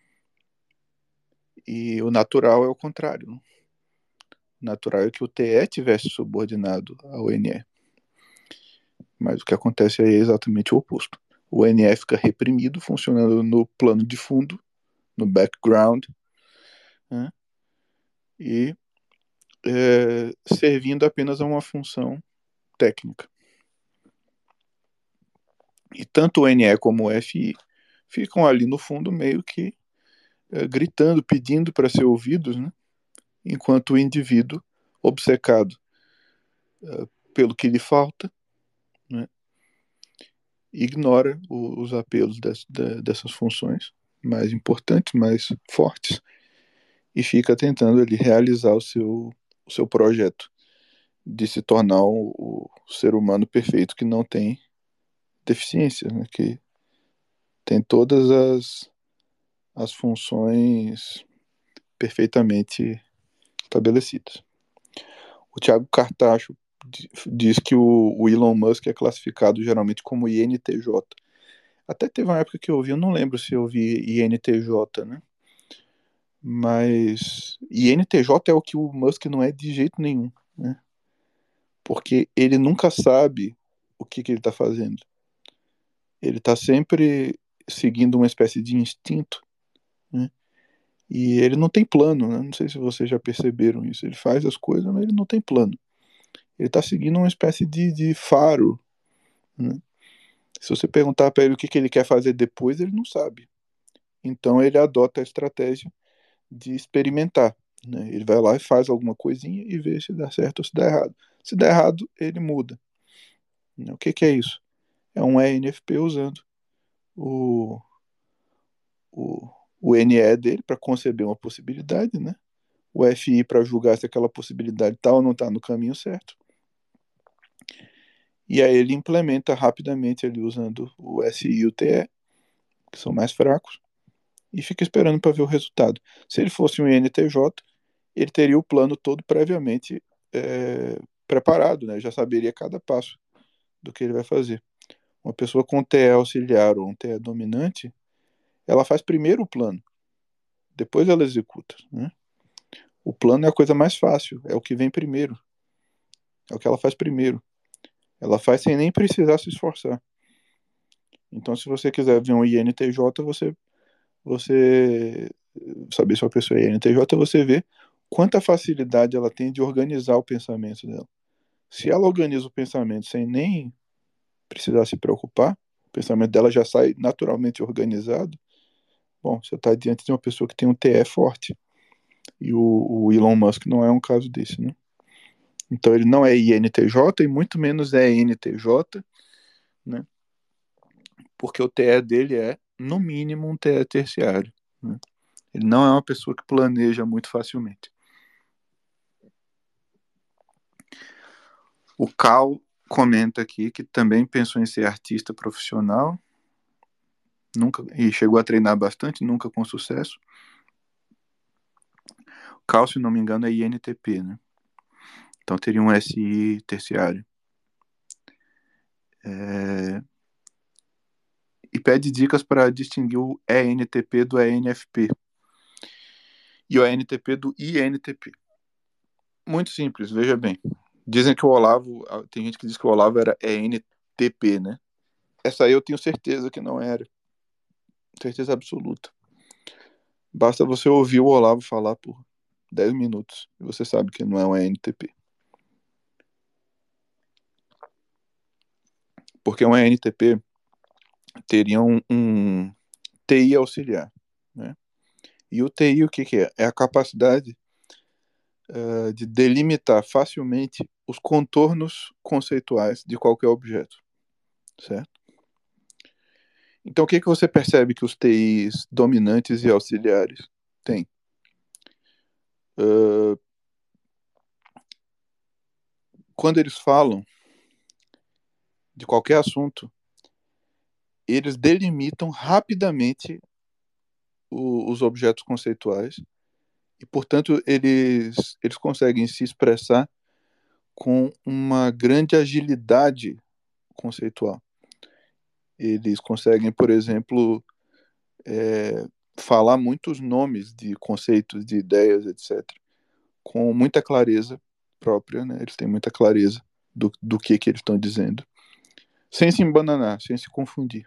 E. E o natural é o contrário, né? O natural é que o T E tivesse subordinado ao N E. Mas o que acontece aí é exatamente o oposto. O N E fica reprimido, funcionando no plano de fundo, no background, né? E é, servindo apenas a uma função técnica. E tanto o N E como o F I ficam ali no fundo meio que é, gritando, pedindo para ser ouvidos, né? Enquanto o indivíduo, obcecado é, pelo que lhe falta, né, ignora o, os apelos des, de, dessas funções mais importantes, mais fortes, e fica tentando ali realizar o seu, o seu projeto de se tornar o, o ser humano perfeito que não tem deficiências, né, que tem todas as, as funções perfeitamente estabelecidas. O Thiago Cartacho diz que o, o Elon Musk é classificado geralmente como I N T J. Até teve uma época que eu ouvi, eu não lembro se eu vi I N T J, né? Mas I N T J é o que o Musk não é de jeito nenhum, né? Porque ele nunca sabe o que, que ele está fazendo. Ele está sempre seguindo uma espécie de instinto, né? E ele não tem plano, né? Não sei se vocês já perceberam isso. Ele faz as coisas, mas ele não tem plano. Ele está seguindo uma espécie de, de faro, né? Se você perguntar para ele o que, que ele quer fazer depois, ele não sabe. Então ele adota a estratégia de experimentar, né? Ele vai lá e faz alguma coisinha e vê se dá certo ou se dá errado. Se der errado, ele muda. O que, que é isso? É um E N F P usando o, o, o N E dele para conceber uma possibilidade, né? O F I para julgar se aquela possibilidade está ou não está no caminho certo. E aí ele implementa rapidamente ali usando o S I e o T E, que são mais fracos, e fica esperando para ver o resultado. Se ele fosse um I N T J, ele teria o plano todo previamente é, preparado, né? Já saberia cada passo do que ele vai fazer. Uma pessoa com T E auxiliar ou um T E dominante, ela faz primeiro o plano, depois ela executa, né? O plano é a coisa mais fácil, é o que vem primeiro, é o que ela faz primeiro. Ela faz sem nem precisar se esforçar. Então, se você quiser ver um I N T J, você, você saber se uma pessoa é I N T J, você vê quanta facilidade ela tem de organizar o pensamento dela. Se ela organiza o pensamento sem nem precisar se preocupar, o pensamento dela já sai naturalmente organizado, bom, você está diante de uma pessoa que tem um T E forte. E o, o Elon Musk não é um caso desse, né? Então ele não é I N T J e muito menos é N T J, né? Porque o T E dele é, no mínimo, um T E terciário, né? Ele não é uma pessoa que planeja muito facilmente. O Cal comenta aqui que também pensou em ser artista profissional, nunca, e chegou a treinar bastante, nunca com sucesso. O Cal, se não me engano, é I N T P, né? Então teria um S I terciário. É... E pede dicas para distinguir o E N T P do E N F P e o E N T P do I N T P. Muito simples, veja bem. Dizem que o Olavo, tem gente que diz que o Olavo era E N T P, né? Essa aí eu tenho certeza que não era. Certeza absoluta. Basta você ouvir o Olavo falar por dez minutos e você sabe que não é um E N T P. Porque um E N T P teria um, um T I auxiliar, né? E o T I o que, que é? É a capacidade uh, de delimitar facilmente os contornos conceituais de qualquer objeto, certo? Então, o que, que você percebe que os T Is dominantes e auxiliares têm? Uh, quando eles falam de qualquer assunto, eles delimitam rapidamente o, os objetos conceituais e, portanto, eles, eles conseguem se expressar com uma grande agilidade conceitual. Eles conseguem, por exemplo, é, falar muitos nomes de conceitos, de ideias, etcétera, com muita clareza própria, né? Eles têm muita clareza do, do que, que eles estão dizendo, sem se embananar, sem se confundir.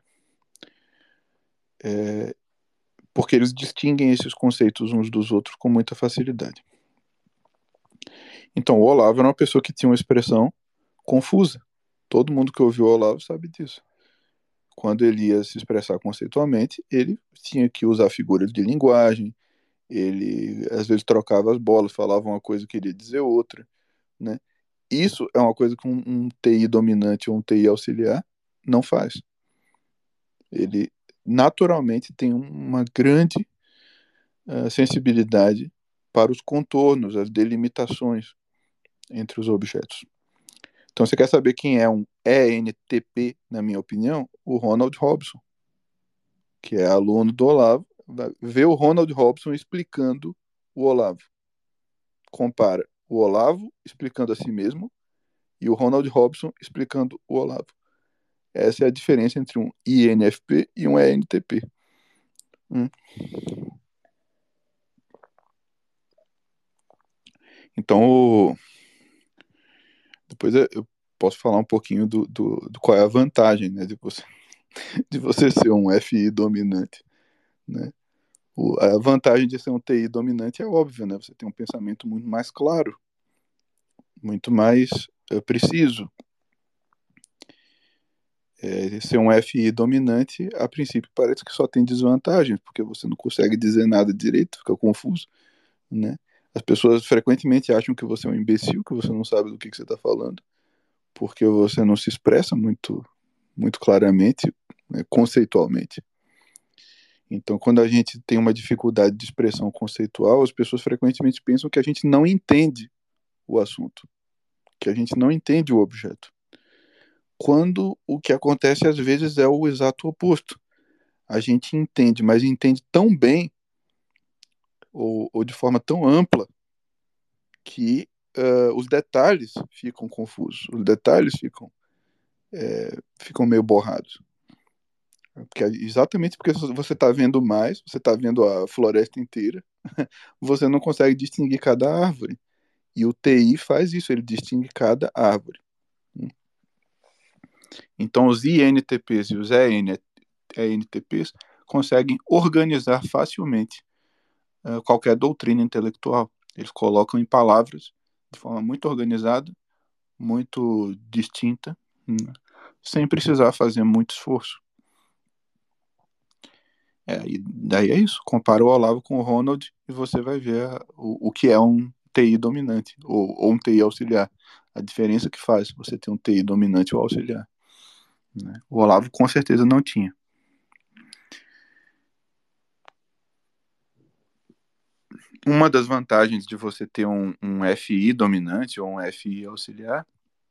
É, porque eles distinguem esses conceitos uns dos outros com muita facilidade. Então, o Olavo era uma pessoa que tinha uma expressão confusa. Todo mundo que ouviu o Olavo sabe disso. Quando ele ia se expressar conceitualmente, ele tinha que usar figuras de linguagem, ele às vezes trocava as bolas, falava uma coisa e queria dizer outra, né? Isso é uma coisa que um, um T I dominante ou um T I auxiliar não faz. Ele naturalmente tem uma grande uh, sensibilidade para os contornos, as delimitações entre os objetos. Então, você quer saber quem é um E N T P, na minha opinião? O Ronald Robson, que é aluno do Olavo, vê o Ronald Robson explicando o Olavo. Compara o Olavo explicando a si mesmo e o Ronald Robson explicando o Olavo. Essa é a diferença entre um I N F P e um E N T P. Hum. Então, o... depois eu posso falar um pouquinho do, do, do qual é a vantagem, né, de você, de você ser um F I dominante, né? O, a vantagem de ser um T I dominante é óbvia, né? Você tem um pensamento muito mais claro, muito mais é, preciso. É, ser um F I dominante, a princípio, parece que só tem desvantagens, porque você não consegue dizer nada direito, fica confuso, né? As pessoas frequentemente acham que você é um imbecil, que você não sabe do que, que você está falando, porque você não se expressa muito, muito claramente, né, conceitualmente. Então, quando a gente tem uma dificuldade de expressão conceitual, as pessoas frequentemente pensam que a gente não entende o assunto, que a gente não entende o objeto. Quando o que acontece às vezes é o exato oposto. A gente entende, mas entende tão bem ou, ou de forma tão ampla que uh, os detalhes ficam confusos, os detalhes ficam, é, ficam meio borrados. Porque, exatamente porque você está vendo mais, você está vendo a floresta inteira, você não consegue distinguir cada árvore. E o T I faz isso, ele distingue cada árvore. Então, os I N T Ps e os E N T Ps conseguem organizar facilmente uh, qualquer doutrina intelectual. Eles colocam em palavras de forma muito organizada, muito distinta, né, sem precisar fazer muito esforço. É, e daí é isso. Compara o Olavo com o Ronald e você vai ver a, o, o que é um T I dominante ou, ou um T I auxiliar. A diferença que faz você ter um T I dominante ou auxiliar. Né? O Olavo com certeza não tinha. Uma das vantagens de você ter um, um F I dominante ou um F I auxiliar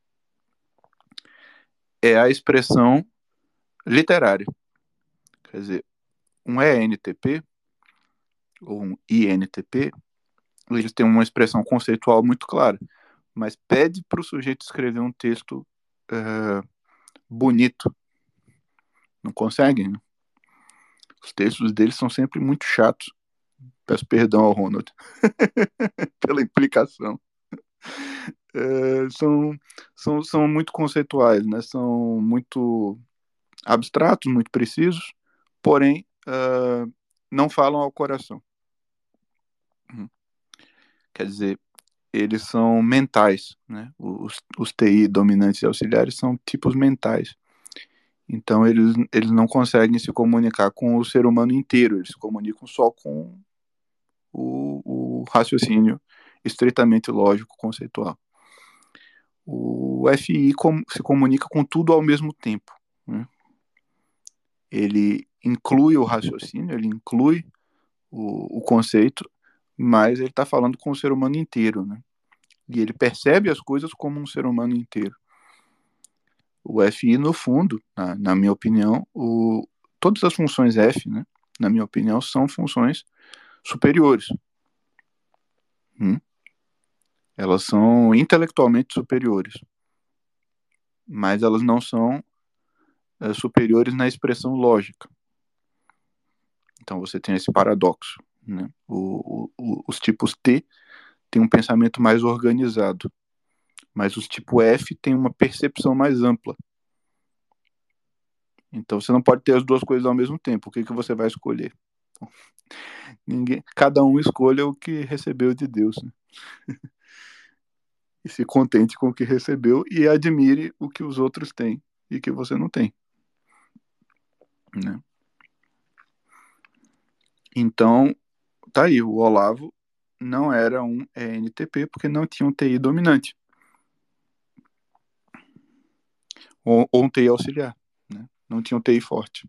é a expressão literária. Quer dizer, um E N T P ou um I N T P, eles têm uma expressão conceitual muito clara, mas pede para o sujeito escrever um texto uh, bonito. Não conseguem, né? Os textos deles são sempre muito chatos. Peço perdão ao Ronald pela implicação. É, são, são, são muito conceituais, né? São muito abstratos, muito precisos, porém uh, não falam ao coração. Quer dizer, eles são mentais, né? Os, os T I dominantes e auxiliares são tipos mentais. Então, eles, eles não conseguem se comunicar com o ser humano inteiro, eles se comunicam só com o, o raciocínio estritamente lógico conceitual. O F I com, se comunica com tudo ao mesmo tempo. Né? Ele inclui o raciocínio, ele inclui o, o conceito, mas ele está falando com o ser humano inteiro. Né? E ele percebe as coisas como um ser humano inteiro. O F I, no fundo, na, na minha opinião, o, todas as funções F, né, na minha opinião, são funções superiores. Hum? Elas são intelectualmente superiores, mas elas não são é, superiores na expressão lógica. Então você tem esse paradoxo. Né? O, o, os tipos T têm um pensamento mais organizado, mas os tipos F têm uma percepção mais ampla. Então você não pode ter as duas coisas ao mesmo tempo. O que, que você vai escolher? Ninguém, cada um escolha o que recebeu de Deus. Né? E se contente com o que recebeu e admire o que os outros têm e que você não tem. Né? Então, tá aí, o Olavo não era um E N T P porque não tinha um T I dominante. Ou, ou um T I auxiliar. Né? Não tinha um T I forte.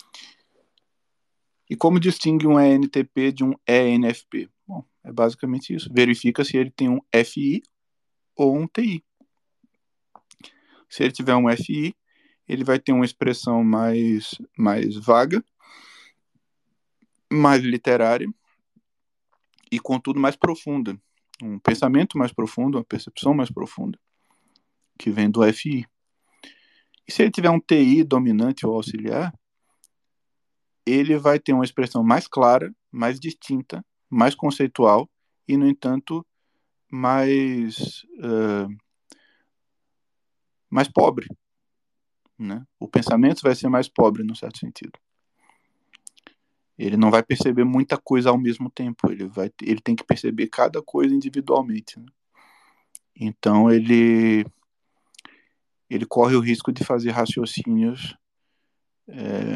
E como distingue um E N T P de um E N F P? Bom, é basicamente isso. Verifica se ele tem um F I ou um T I. Se ele tiver um F I, ele vai ter uma expressão mais, mais vaga, mais literária e, contudo, mais profunda. Um pensamento mais profundo, uma percepção mais profunda, que vem do F I. E se ele tiver um T I dominante ou auxiliar, ele vai ter uma expressão mais clara, mais distinta, mais conceitual e, no entanto, mais, uh, mais pobre. Né? O pensamento vai ser mais pobre, num certo sentido. Ele não vai perceber muita coisa ao mesmo tempo. Ele, vai, ele tem que perceber cada coisa individualmente. Né? Então, ele, ele corre o risco de fazer raciocínios é,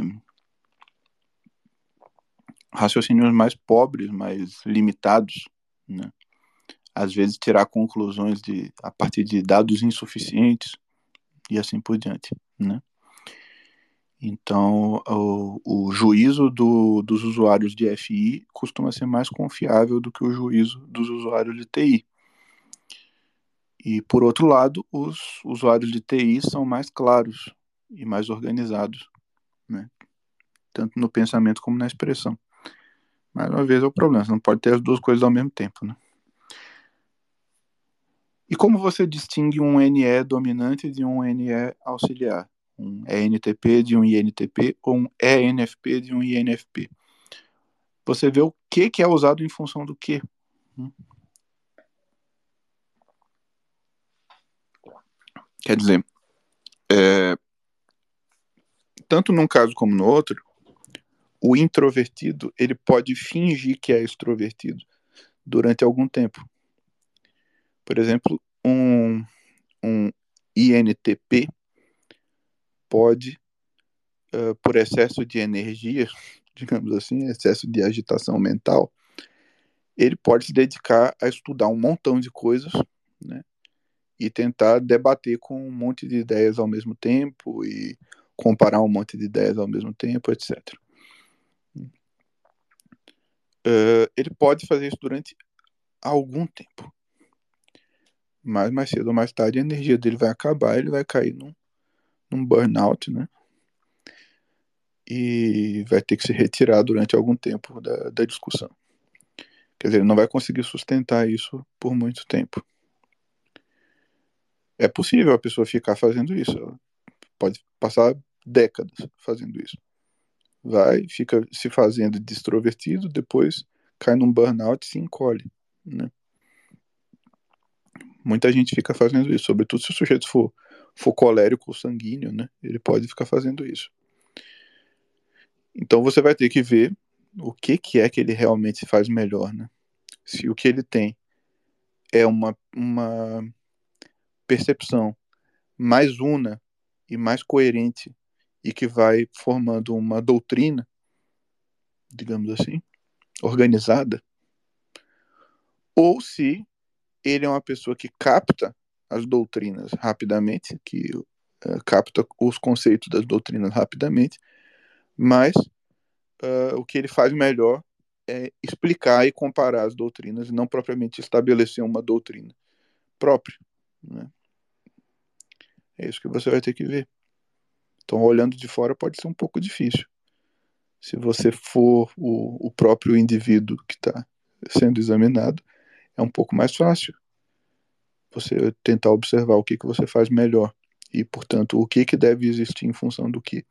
raciocínios mais pobres, mais limitados, né? Às vezes tirar conclusões de, a partir de dados insuficientes e assim por diante, né? Então, o, o juízo do, dos usuários de F I costuma ser mais confiável do que o juízo dos usuários de T I. E, por outro lado, os usuários de T I são mais claros e mais organizados, né? Tanto no pensamento como na expressão. Mais uma vez é o problema, você não pode ter as duas coisas ao mesmo tempo, né? E como você distingue um N E dominante de um N E auxiliar? Um E N T P de um I N T P ou um E N F P de um I N F P? Você vê o que, que é usado em função do que. Quer dizer, é, tanto num caso como no outro, o introvertido ele pode fingir que é extrovertido durante algum tempo. Por exemplo, um, um I N T P pode, uh, por excesso de energia, digamos assim, excesso de agitação mental, ele pode se dedicar a estudar um montão de coisas, né, e tentar debater com um monte de ideias ao mesmo tempo e comparar um monte de ideias ao mesmo tempo, etcétera. Uh, ele pode fazer isso durante algum tempo. Mas mais cedo ou mais tarde a energia dele vai acabar, ele vai cair num, num burnout, né? E vai ter que se retirar durante algum tempo da, da discussão. Quer dizer, ele não vai conseguir sustentar isso por muito tempo. É possível a pessoa ficar fazendo isso. Ela pode passar décadas fazendo isso. Vai, fica se fazendo de extrovertido, depois cai num burnout e se encolhe, né? Muita gente fica fazendo isso, sobretudo se o sujeito for, for colérico ou sanguíneo, né? Ele pode ficar fazendo isso. Então você vai ter que ver o que, que é que ele realmente faz melhor, né? Se o que ele tem é uma, uma percepção mais una e mais coerente e que vai formando uma doutrina, digamos assim, organizada, ou se ele é uma pessoa que capta as doutrinas rapidamente, que uh, capta os conceitos das doutrinas rapidamente, mas uh, o que ele faz melhor é explicar e comparar as doutrinas e não propriamente estabelecer uma doutrina própria, né? É isso que você vai ter que ver. Então, olhando de fora pode ser um pouco difícil. Se você for o, o próprio indivíduo que está sendo examinado, é um pouco mais fácil você tentar observar o que, que você faz melhor e, portanto, o que, que deve existir em função do que.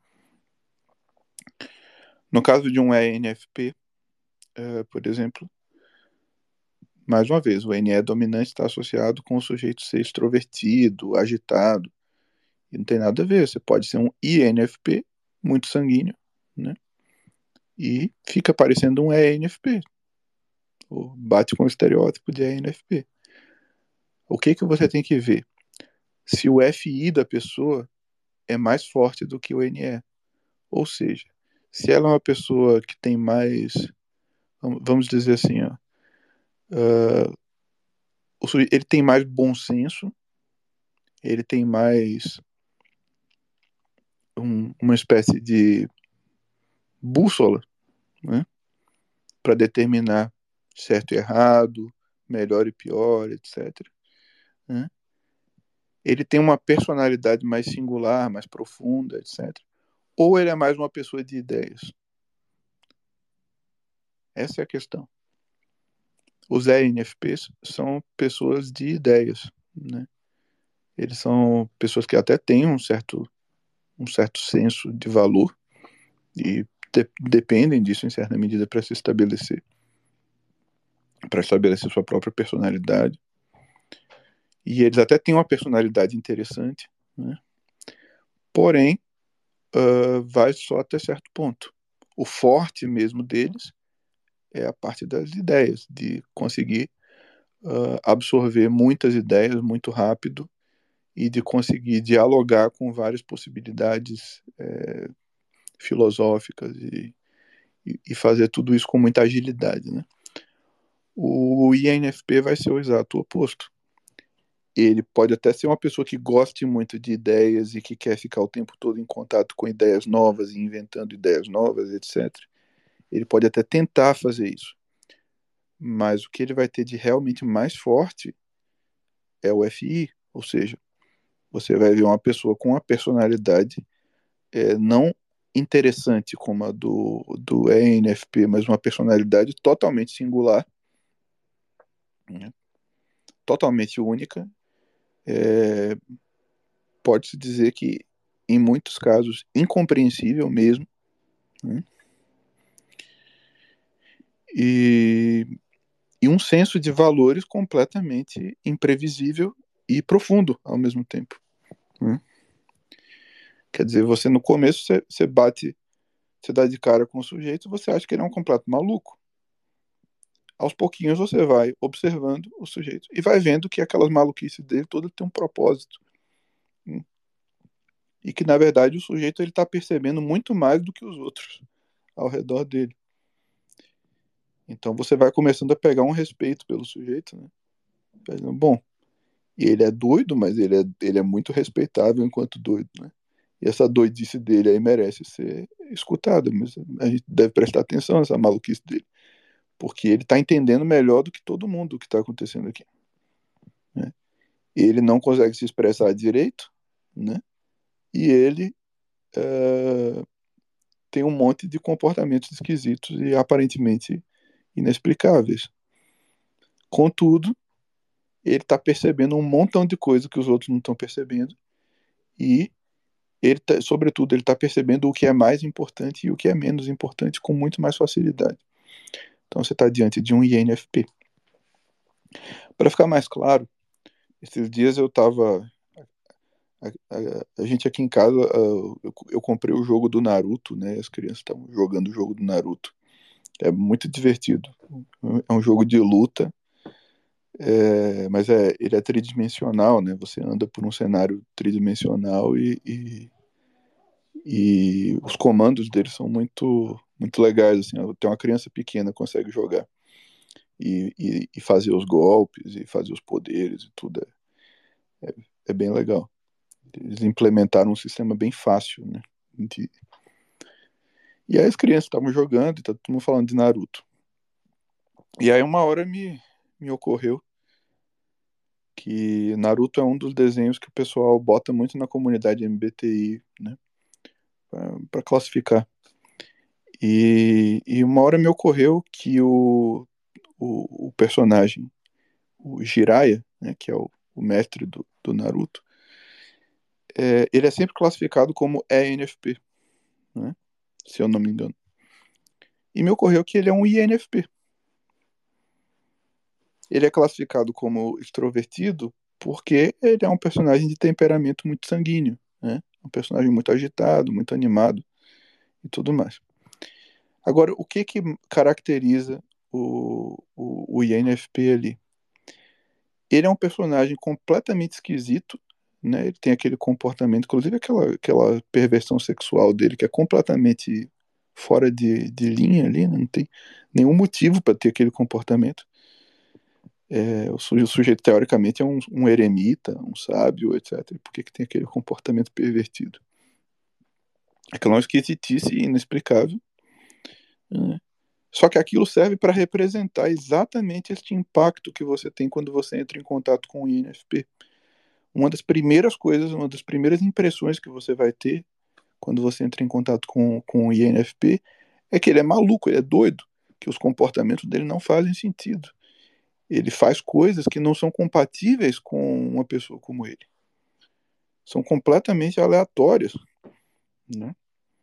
No caso de um E N F P, uh, por exemplo, mais uma vez, o N E dominante está associado com o sujeito ser extrovertido, agitado, e não tem nada a ver. Você pode ser um I N F P, muito sanguíneo, né? E fica parecendo um E N F P, ou bate com o estereótipo de E N F P. O que, que você tem que ver? Se o F I da pessoa é mais forte do que o N E. Ou seja, se ela é uma pessoa que tem mais, vamos dizer assim, ó, uh, ele tem mais bom senso, ele tem mais um, uma espécie de bússola, né, para determinar certo e errado, melhor e pior, etcétera, né? Ele tem uma personalidade mais singular, mais profunda, etcétera. Ou ele é mais uma pessoa de ideias? Essa é a questão. Os E N F Ps são pessoas de ideias, né? Eles são pessoas que até têm um certo, um certo senso de valor e de, dependem disso em certa medida para se estabelecer, para estabelecer sua própria personalidade. E eles até têm uma personalidade interessante, né? Porém, uh, vai só até certo ponto. O forte mesmo deles é a parte das ideias, de conseguir uh, absorver muitas ideias muito rápido e de conseguir dialogar com várias possibilidades é, filosóficas e, e fazer tudo isso com muita agilidade, né? O I N F P vai ser o exato oposto. ele pode até ser uma pessoa que goste muito de ideias e que quer ficar o tempo todo em contato com ideias novas e inventando ideias novas, etcétera. Ele pode até tentar fazer isso. Mas o que ele vai ter de realmente mais forte é o F I, ou seja, você vai ver uma pessoa com uma personalidade é, não interessante como a do, do E N F P, mas uma personalidade totalmente singular, né? Totalmente única. É, pode-se dizer que, em muitos casos, incompreensível mesmo, né? E, e um senso de valores completamente imprevisível e profundo ao mesmo tempo, né? Quer dizer, você no começo você, você bate, você dá de cara com o sujeito, você acha que ele é um completo maluco. Aos pouquinhos você vai observando o sujeito e vai vendo que aquelas maluquices dele todas têm um propósito, né? E que na verdade o sujeito ele está percebendo muito mais do que os outros ao redor dele. Então você vai começando a pegar um respeito pelo sujeito, né? Bom, ele é doido, mas ele é, ele é muito respeitável enquanto doido, né? E essa doidice dele aí merece ser escutada, mas a gente deve prestar atenção nessa maluquice dele, porque ele está entendendo melhor do que todo mundo o que está acontecendo aqui, né? Ele não consegue se expressar direito, né? E ele uh, tem um monte de comportamentos esquisitos e aparentemente inexplicáveis. Contudo, ele está percebendo um montão de coisa que os outros não estão percebendo e ele tá, sobretudo ele está percebendo o que é mais importante e o que é menos importante com muito mais facilidade. Então você está diante de um I N F P. Para ficar mais claro, esses dias eu estava a, a, a gente aqui em casa, uh, eu, eu comprei o jogo do Naruto, né? As crianças estavam jogando o jogo do Naruto. É muito divertido. É um jogo de luta, é, mas é, ele é tridimensional, né? Você anda por um cenário tridimensional e, e, e os comandos dele são muito, muito legais. Assim, até uma criança pequena consegue jogar e, e, e fazer os golpes e fazer os poderes e tudo. É, é, é bem legal. Eles implementaram um sistema bem fácil, né? De... E aí as crianças estavam jogando e tá todo mundo falando de Naruto. E aí uma hora me, me ocorreu que Naruto é um dos desenhos que o pessoal bota muito na comunidade M B T I, né? Para classificar. E, e uma hora me ocorreu que o, o, o personagem, o Jiraiya, né, que é o, o mestre do, do Naruto, é, ele é sempre classificado como E N F P, né? Se eu não me engano. E me ocorreu que ele é um I N F P. Ele é classificado como extrovertido porque ele é um personagem de temperamento muito sanguíneo, né? Um personagem muito agitado, muito animado e tudo mais. Agora, o que que caracteriza o, o, o I N F P ali? Ele é um personagem completamente esquisito, né? Ele tem aquele comportamento, inclusive aquela, aquela perversão sexual dele que é completamente fora de, de linha ali, né? Não tem nenhum motivo para ter aquele comportamento. É, o, suje, o sujeito, teoricamente, é um, um eremita, um sábio, etcétera. Por que, que tem aquele comportamento pervertido? Aquela é uma esquisitice inexplicável, né? Só que aquilo serve para representar exatamente este impacto que você tem quando você entra em contato com o I N F P. Uma das primeiras coisas, uma das primeiras impressões que você vai ter quando você entra em contato com, com o I N F P é que ele é maluco, ele é doido, que os comportamentos dele não fazem sentido. Ele faz coisas que não são compatíveis com uma pessoa como ele. São completamente aleatórias, né?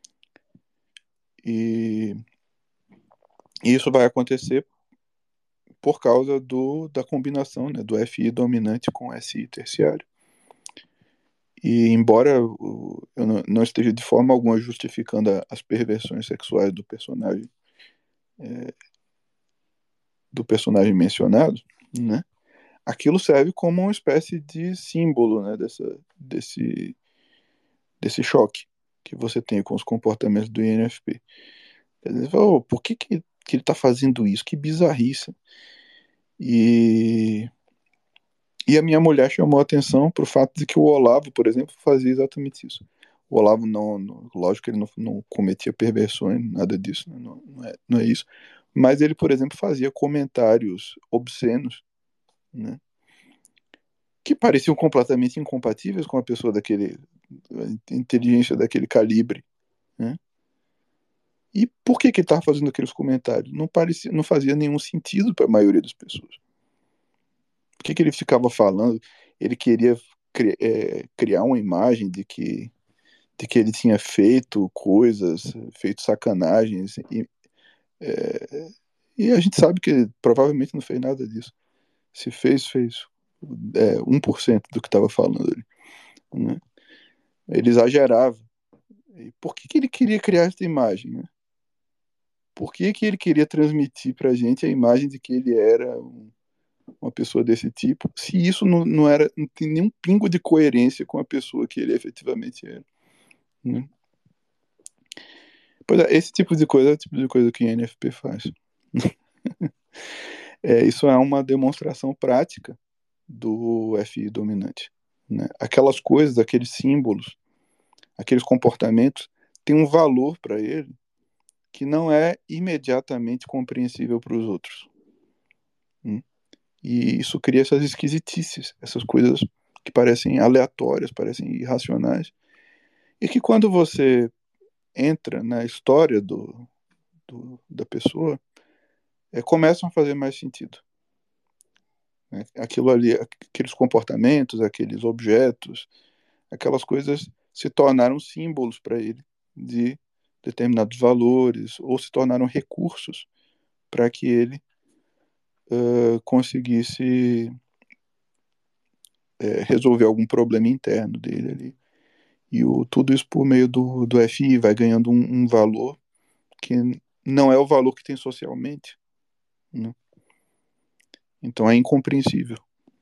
E isso vai acontecer por causa do, da combinação, né, do F I dominante com S I terciário. E embora eu não esteja de forma alguma justificando as perversões sexuais do personagem é, do personagem mencionado, né, aquilo serve como uma espécie de símbolo, né, dessa, desse, desse choque que você tem com os comportamentos do I N F P. Quer dizer, oh, por que, que, que ele está fazendo isso? Que bizarrice. E, E a minha mulher chamou a atenção para o fato de que o Olavo, por exemplo, fazia exatamente isso. O Olavo não, não lógico que ele não, não cometia perversões, nada disso, né? não, não, é, não é isso. Mas ele, por exemplo, fazia comentários obscenos, né? Que pareciam completamente incompatíveis com a pessoa daquele, a inteligência daquele calibre, né? E por que que ele estava fazendo aqueles comentários? Não parecia, não fazia nenhum sentido para a maioria das pessoas. Por que que ele ficava falando? Ele queria cri- é, criar uma imagem de que de que ele tinha feito coisas, feito sacanagens, e, é, e a gente sabe que ele provavelmente não fez nada disso. Se fez, fez é, um por cento do que estava falando ali, né? Ele exagerava. E por que que ele queria criar essa imagem, né? Por que que ele queria transmitir para a gente a imagem de que ele era um, uma pessoa desse tipo, se isso não, não era, não tem nenhum pingo de coerência com a pessoa que ele efetivamente era, né? Pois é, esse tipo de coisa é o tipo de coisa que o N F P faz. É, isso é uma demonstração prática do F I dominante, né? Aquelas coisas, aqueles símbolos, aqueles comportamentos têm um valor para ele que não é imediatamente compreensível para os outros, né? E isso cria essas esquisitices, essas coisas que parecem aleatórias, parecem irracionais, e que quando você entra na história do, do da pessoa, é, começam a fazer mais sentido, né? Aquilo ali, aqueles comportamentos, aqueles objetos, aquelas coisas se tornaram símbolos para ele de determinados valores, ou se tornaram recursos para que ele uh, conseguisse uh, resolver algum problema interno dele ali. E o, tudo isso por meio do, do F I vai ganhando um, um valor que não é o valor que tem socialmente, né? Então é incompreensível.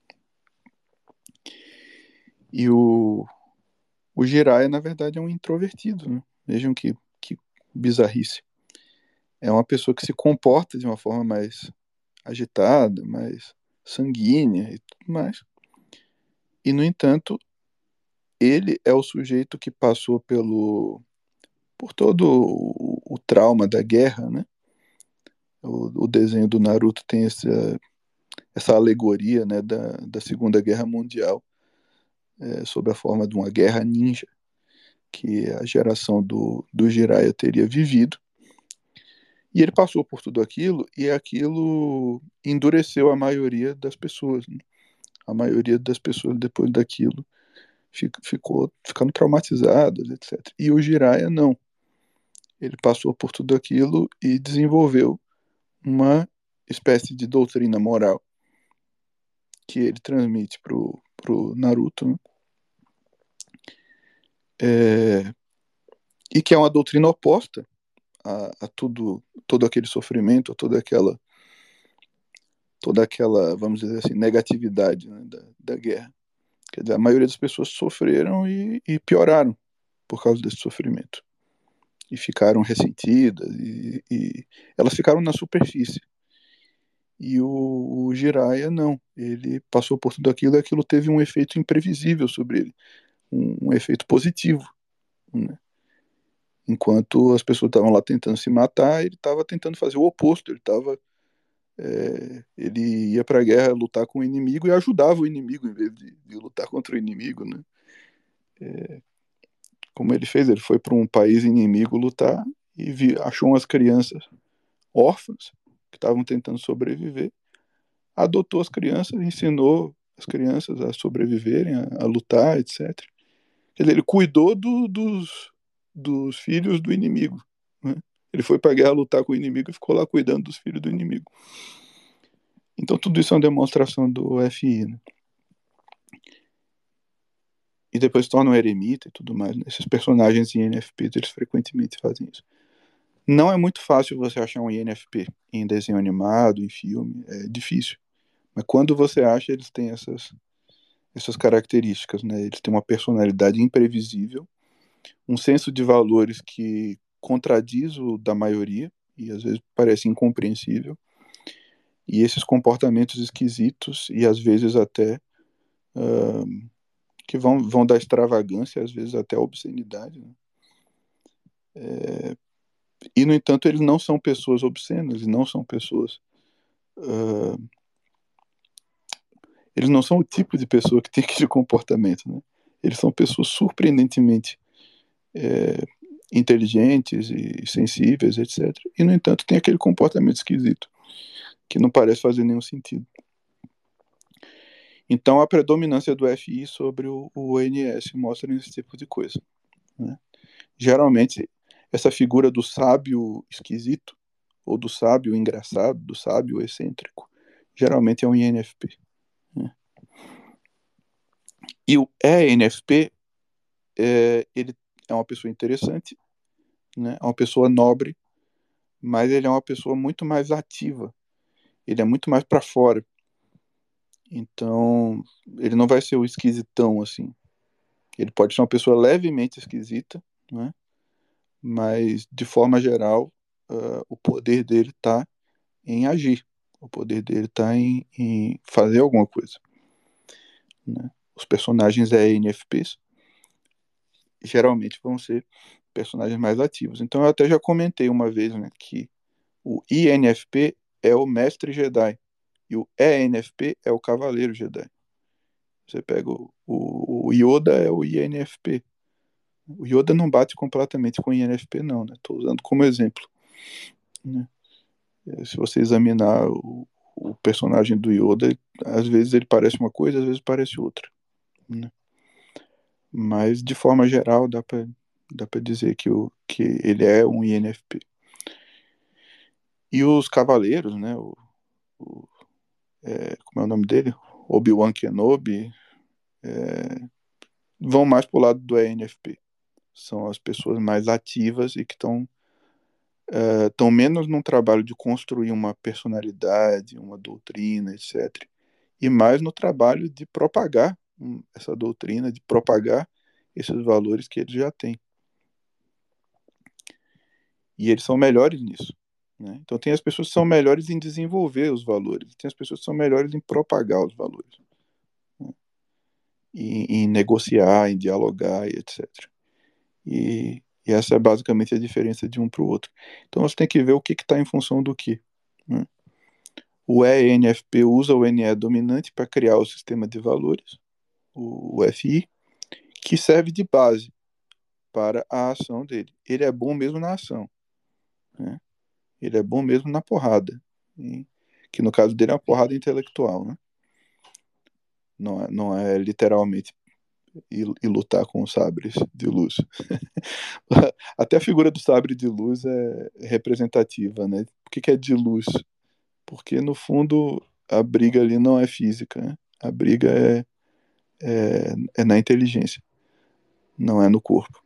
E o, o Jiraiya, na verdade, é um introvertido, né? Vejam que, que bizarrice. É uma pessoa que se comporta de uma forma mais agitada, mais sanguínea e tudo mais. E, no entanto, ele é o sujeito que passou pelo por todo o, o trauma da guerra, né? O, o desenho do Naruto tem essa, essa alegoria, né, da, da Segunda Guerra Mundial, é, sob a forma de uma guerra ninja que a geração do, do Jiraiya teria vivido. E ele passou por tudo aquilo e aquilo endureceu a maioria das pessoas, né? A maioria das pessoas, depois daquilo, ficou ficando traumatizadas, etcétera. E o Jiraiya não. Ele passou por tudo aquilo e desenvolveu uma espécie de doutrina moral que ele transmite pro, pro Naruto, né? É, e que é uma doutrina oposta a, a tudo, todo aquele sofrimento, a toda aquela, toda aquela, vamos dizer assim, negatividade, né, da, da guerra. Quer dizer, a maioria das pessoas sofreram e, e pioraram por causa desse sofrimento. E ficaram ressentidas, e, e elas ficaram na superfície. E o, o Jiraiya, não. Ele passou por tudo aquilo e aquilo teve um efeito imprevisível sobre ele. Um, um efeito positivo, né? Enquanto as pessoas estavam lá tentando se matar, ele estava tentando fazer o oposto. Ele estava é, ele ia para a guerra lutar com o inimigo e ajudava o inimigo em vez de, de lutar contra o inimigo, né? É, como ele fez, ele foi para um país inimigo lutar e vi, achou umas crianças órfãs que estavam tentando sobreviver, adotou as crianças, ensinou as crianças a sobreviverem, a, a lutar, etcétera. Quer dizer, ele cuidou do, dos, dos filhos do inimigo, né? Ele foi para a guerra lutar com o inimigo e ficou lá cuidando dos filhos do inimigo. Então tudo isso é uma demonstração do F I, né? E depois se torna um eremita e tudo mais, né? Esses personagens em N F P, eles frequentemente fazem isso. Não é muito fácil você achar um I N F P em desenho animado, em filme, é difícil. Mas quando você acha, eles têm essas, essas características, né? Eles têm uma personalidade imprevisível, um senso de valores que contradiz o da maioria, e às vezes parece incompreensível, e esses comportamentos esquisitos, e às vezes até uh, que vão, vão da extravagância, às vezes até a obscenidade, né? É, e, no entanto, eles não são pessoas obscenas, eles não são pessoas... Uh, eles não são o tipo de pessoa que tem aquele comportamento, né? Eles são pessoas surpreendentemente é, inteligentes e sensíveis, etcétera. E, no entanto, tem aquele comportamento esquisito, que não parece fazer nenhum sentido. Então, a predominância do F I sobre o, o O N S mostra esse tipo de coisa, né? Geralmente, essa figura do sábio esquisito, ou do sábio engraçado, do sábio excêntrico, geralmente é um I N F P, né? E o E N F P, é, ele é uma pessoa interessante, né? É uma pessoa nobre, mas ele é uma pessoa muito mais ativa, ele é muito mais para fora. Então, ele não vai ser o esquisitão assim. Ele pode ser uma pessoa levemente esquisita, né? Mas, de forma geral, uh, o poder dele está em agir. O poder dele está em, em fazer alguma coisa, né? Os personagens E N F Ps geralmente vão ser personagens mais ativos. Então, eu até já comentei uma vez, né, que o I N F P é o mestre Jedi e o E N F P é o cavaleiro Jedi. Você pega o, o, o Yoda é o I N F P. O Yoda não bate completamente com o I N F P, não, né? Estou usando como exemplo, né? Se você examinar o, o personagem do Yoda, ele, às vezes ele parece uma coisa, às vezes parece outra, né? Mas, de forma geral, dá para dá para dizer que, o, que ele é um I N F P. E os cavaleiros, né? O, o, é, como é o nome dele? Obi-Wan Kenobi, é, vão mais para o lado do E N F P. São as pessoas mais ativas e que estão estão uh, menos num trabalho de construir uma personalidade, uma doutrina, etcétera. E mais no trabalho de propagar um, essa doutrina, de propagar esses valores que eles já têm. E eles são melhores nisso, né? Então tem as pessoas que são melhores em desenvolver os valores, tem as pessoas que são melhores em propagar os valores, né? em, em negociar, em dialogar, e etcétera. E, e essa é basicamente a diferença de um para o outro. Então você tem que ver o que está em função do que, né? O E N F P usa o N E dominante para criar o sistema de valores, o F I, que serve de base para a ação dele. Ele é bom mesmo na ação, né? Ele é bom mesmo na porrada, né? Que no caso dele é uma porrada intelectual, né? Não é, não é literalmente ir, ir lutar com os sabres de luz. Até a figura do sabre de luz é representativa, né? Por que, que é de luz? Porque, no fundo, a briga ali não é física, né? A briga é, é, é na inteligência, não é no corpo.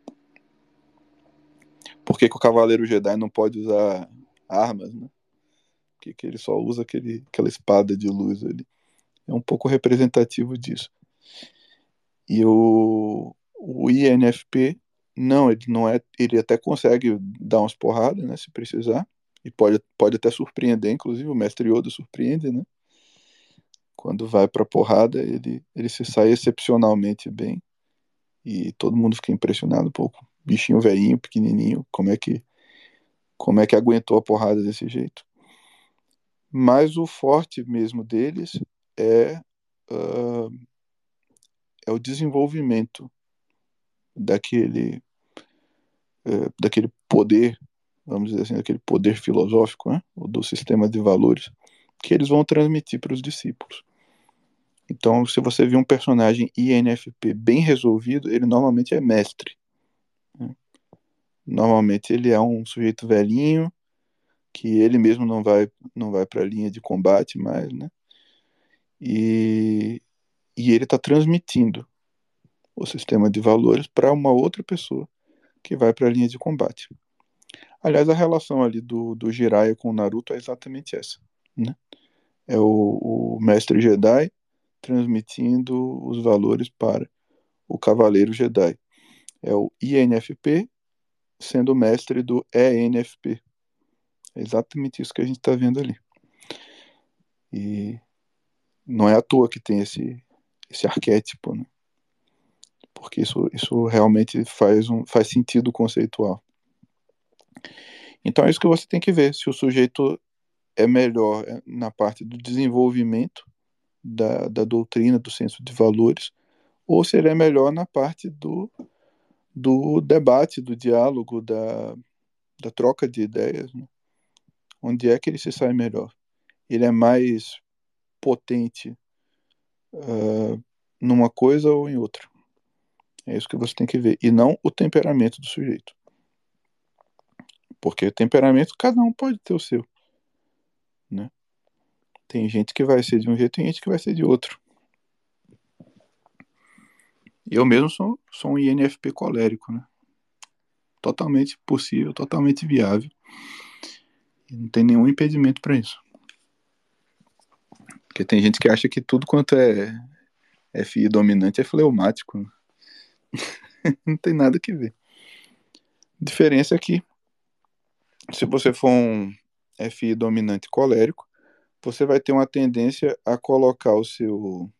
Por que, que o Cavaleiro Jedi não pode usar armas, né? Por que, que ele só usa aquele, aquela espada de luz ali? É um pouco representativo disso. E o, o I N F P, não, ele não é. Ele até consegue dar umas porradas, né? Se precisar. E pode, pode até surpreender, inclusive, o Mestre Yoda surpreende, né? Quando vai pra porrada, ele, ele se sai excepcionalmente bem. E todo mundo fica impressionado, pô, bichinho velhinho, pequenininho, como é que como é que aguentou a porrada desse jeito. Mas o forte mesmo deles é, uh, é o desenvolvimento daquele, uh, daquele poder, vamos dizer assim, daquele poder filosófico, né? Do sistema de valores, que eles vão transmitir para os discípulos. Então, se você vê um personagem I N F P bem resolvido, ele normalmente é mestre, né? Normalmente ele é um sujeito velhinho, que ele mesmo não vai, não vai para a linha de combate mais, né? E, e ele está transmitindo o sistema de valores para uma outra pessoa que vai para a linha de combate. Aliás, a relação ali do, do Jiraiya com o Naruto é exatamente essa, né? É o, o mestre Jedi transmitindo os valores para o Cavaleiro Jedi. É o I N F P sendo o mestre do E N F P. É exatamente isso que a gente está vendo ali. E não é à toa que tem esse, esse arquétipo, né? Porque isso, isso realmente faz, um, faz sentido conceitual. Então é isso que você tem que ver, se o sujeito é melhor na parte do desenvolvimento da, da doutrina, do senso de valores, ou se ele é melhor na parte do, do debate, do diálogo, da, da troca de ideias, né? Onde é que ele se sai melhor? Ele é mais potente uh, numa coisa ou em outra? É isso que você tem que ver. E não o temperamento do sujeito. Porque o temperamento, cada um pode ter o seu, né? Tem gente que vai ser de um jeito, tem gente que vai ser de outro. Eu mesmo sou, sou um I N F P colérico, né? Totalmente possível, totalmente viável. E não tem nenhum impedimento para isso. Porque tem gente que acha que tudo quanto é F I dominante é fleumático, né? Não tem nada que ver. A diferença é que se você for um F I dominante colérico, você vai ter uma tendência a colocar o seu,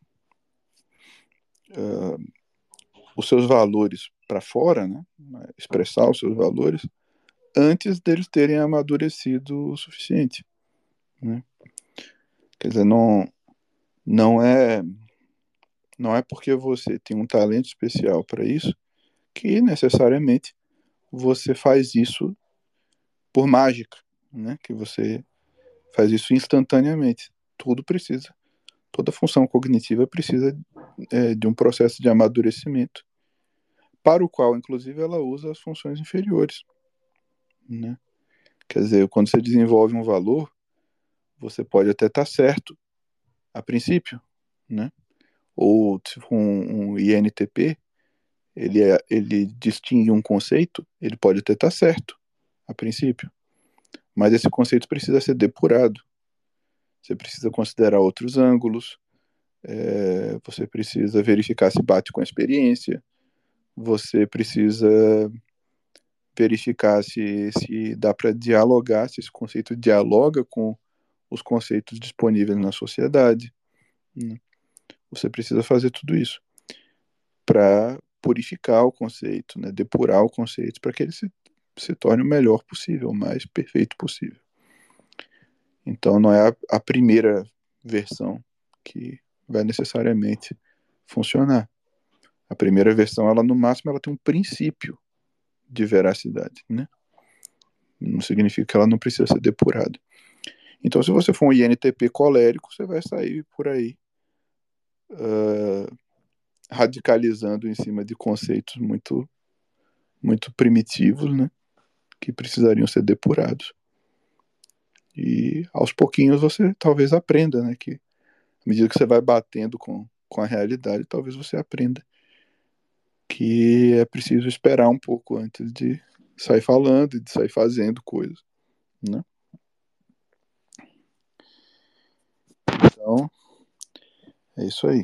uh, os seus valores para fora, né? Expressar os seus valores antes deles terem amadurecido o suficiente, né? Quer dizer, não, não é não é porque você tem um talento especial para isso que necessariamente você faz isso por mágica, né? Que você faz isso instantaneamente. Tudo precisa, toda função cognitiva precisa é, de um processo de amadurecimento, para o qual, inclusive, ela usa as funções inferiores, né? Quer dizer, quando você desenvolve um valor, você pode até estar certo a princípio, né? Ou se for um, um I N T P, ele, é, ele distingue um conceito, ele pode até estar certo a princípio, mas esse conceito precisa ser depurado. Você precisa considerar outros ângulos, é, você precisa verificar se bate com a experiência, você precisa verificar se, se dá para dialogar, se esse conceito dialoga com os conceitos disponíveis na sociedade, né? Você precisa fazer tudo isso para purificar o conceito, né? Depurar o conceito para que ele se, se torne o melhor possível, o mais perfeito possível. Então não é a, a primeira versão que vai necessariamente funcionar. A primeira versão, ela no máximo, ela tem um princípio de veracidade, né? Não significa que ela não precisa ser depurada. Então, se você for um I N T P colérico, você vai sair por aí uh, radicalizando em cima de conceitos muito, muito primitivos, né? Que precisariam ser depurados. E aos pouquinhos você talvez aprenda, né? Que à medida que você vai batendo com, com a realidade, talvez você aprenda que é preciso esperar um pouco antes de sair falando e de sair fazendo coisas, né? Então, é isso aí.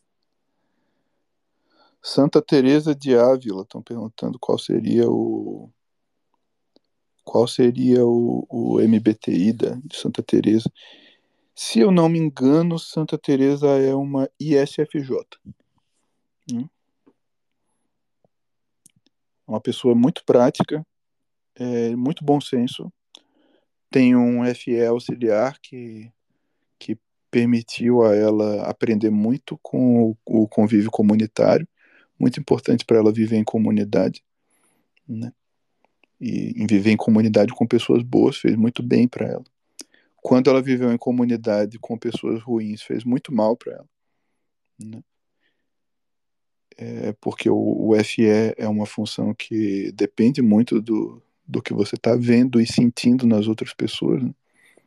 Santa Teresa de Ávila, estão perguntando qual seria o qual seria o, o M B T I da, de Santa Teresa. Se eu não me engano, Santa Teresa é uma I S F J. Né? Uma pessoa muito prática, é, muito bom senso, tem um F E auxiliar que, que permitiu a ela aprender muito com o, o convívio comunitário, muito importante para ela viver em comunidade, né? E em viver em comunidade com pessoas boas fez muito bem para ela. Quando ela viveu em comunidade com pessoas ruins, fez muito mal para ela, né? É porque o, o F E é uma função que depende muito do, do que você está vendo e sentindo nas outras pessoas, né?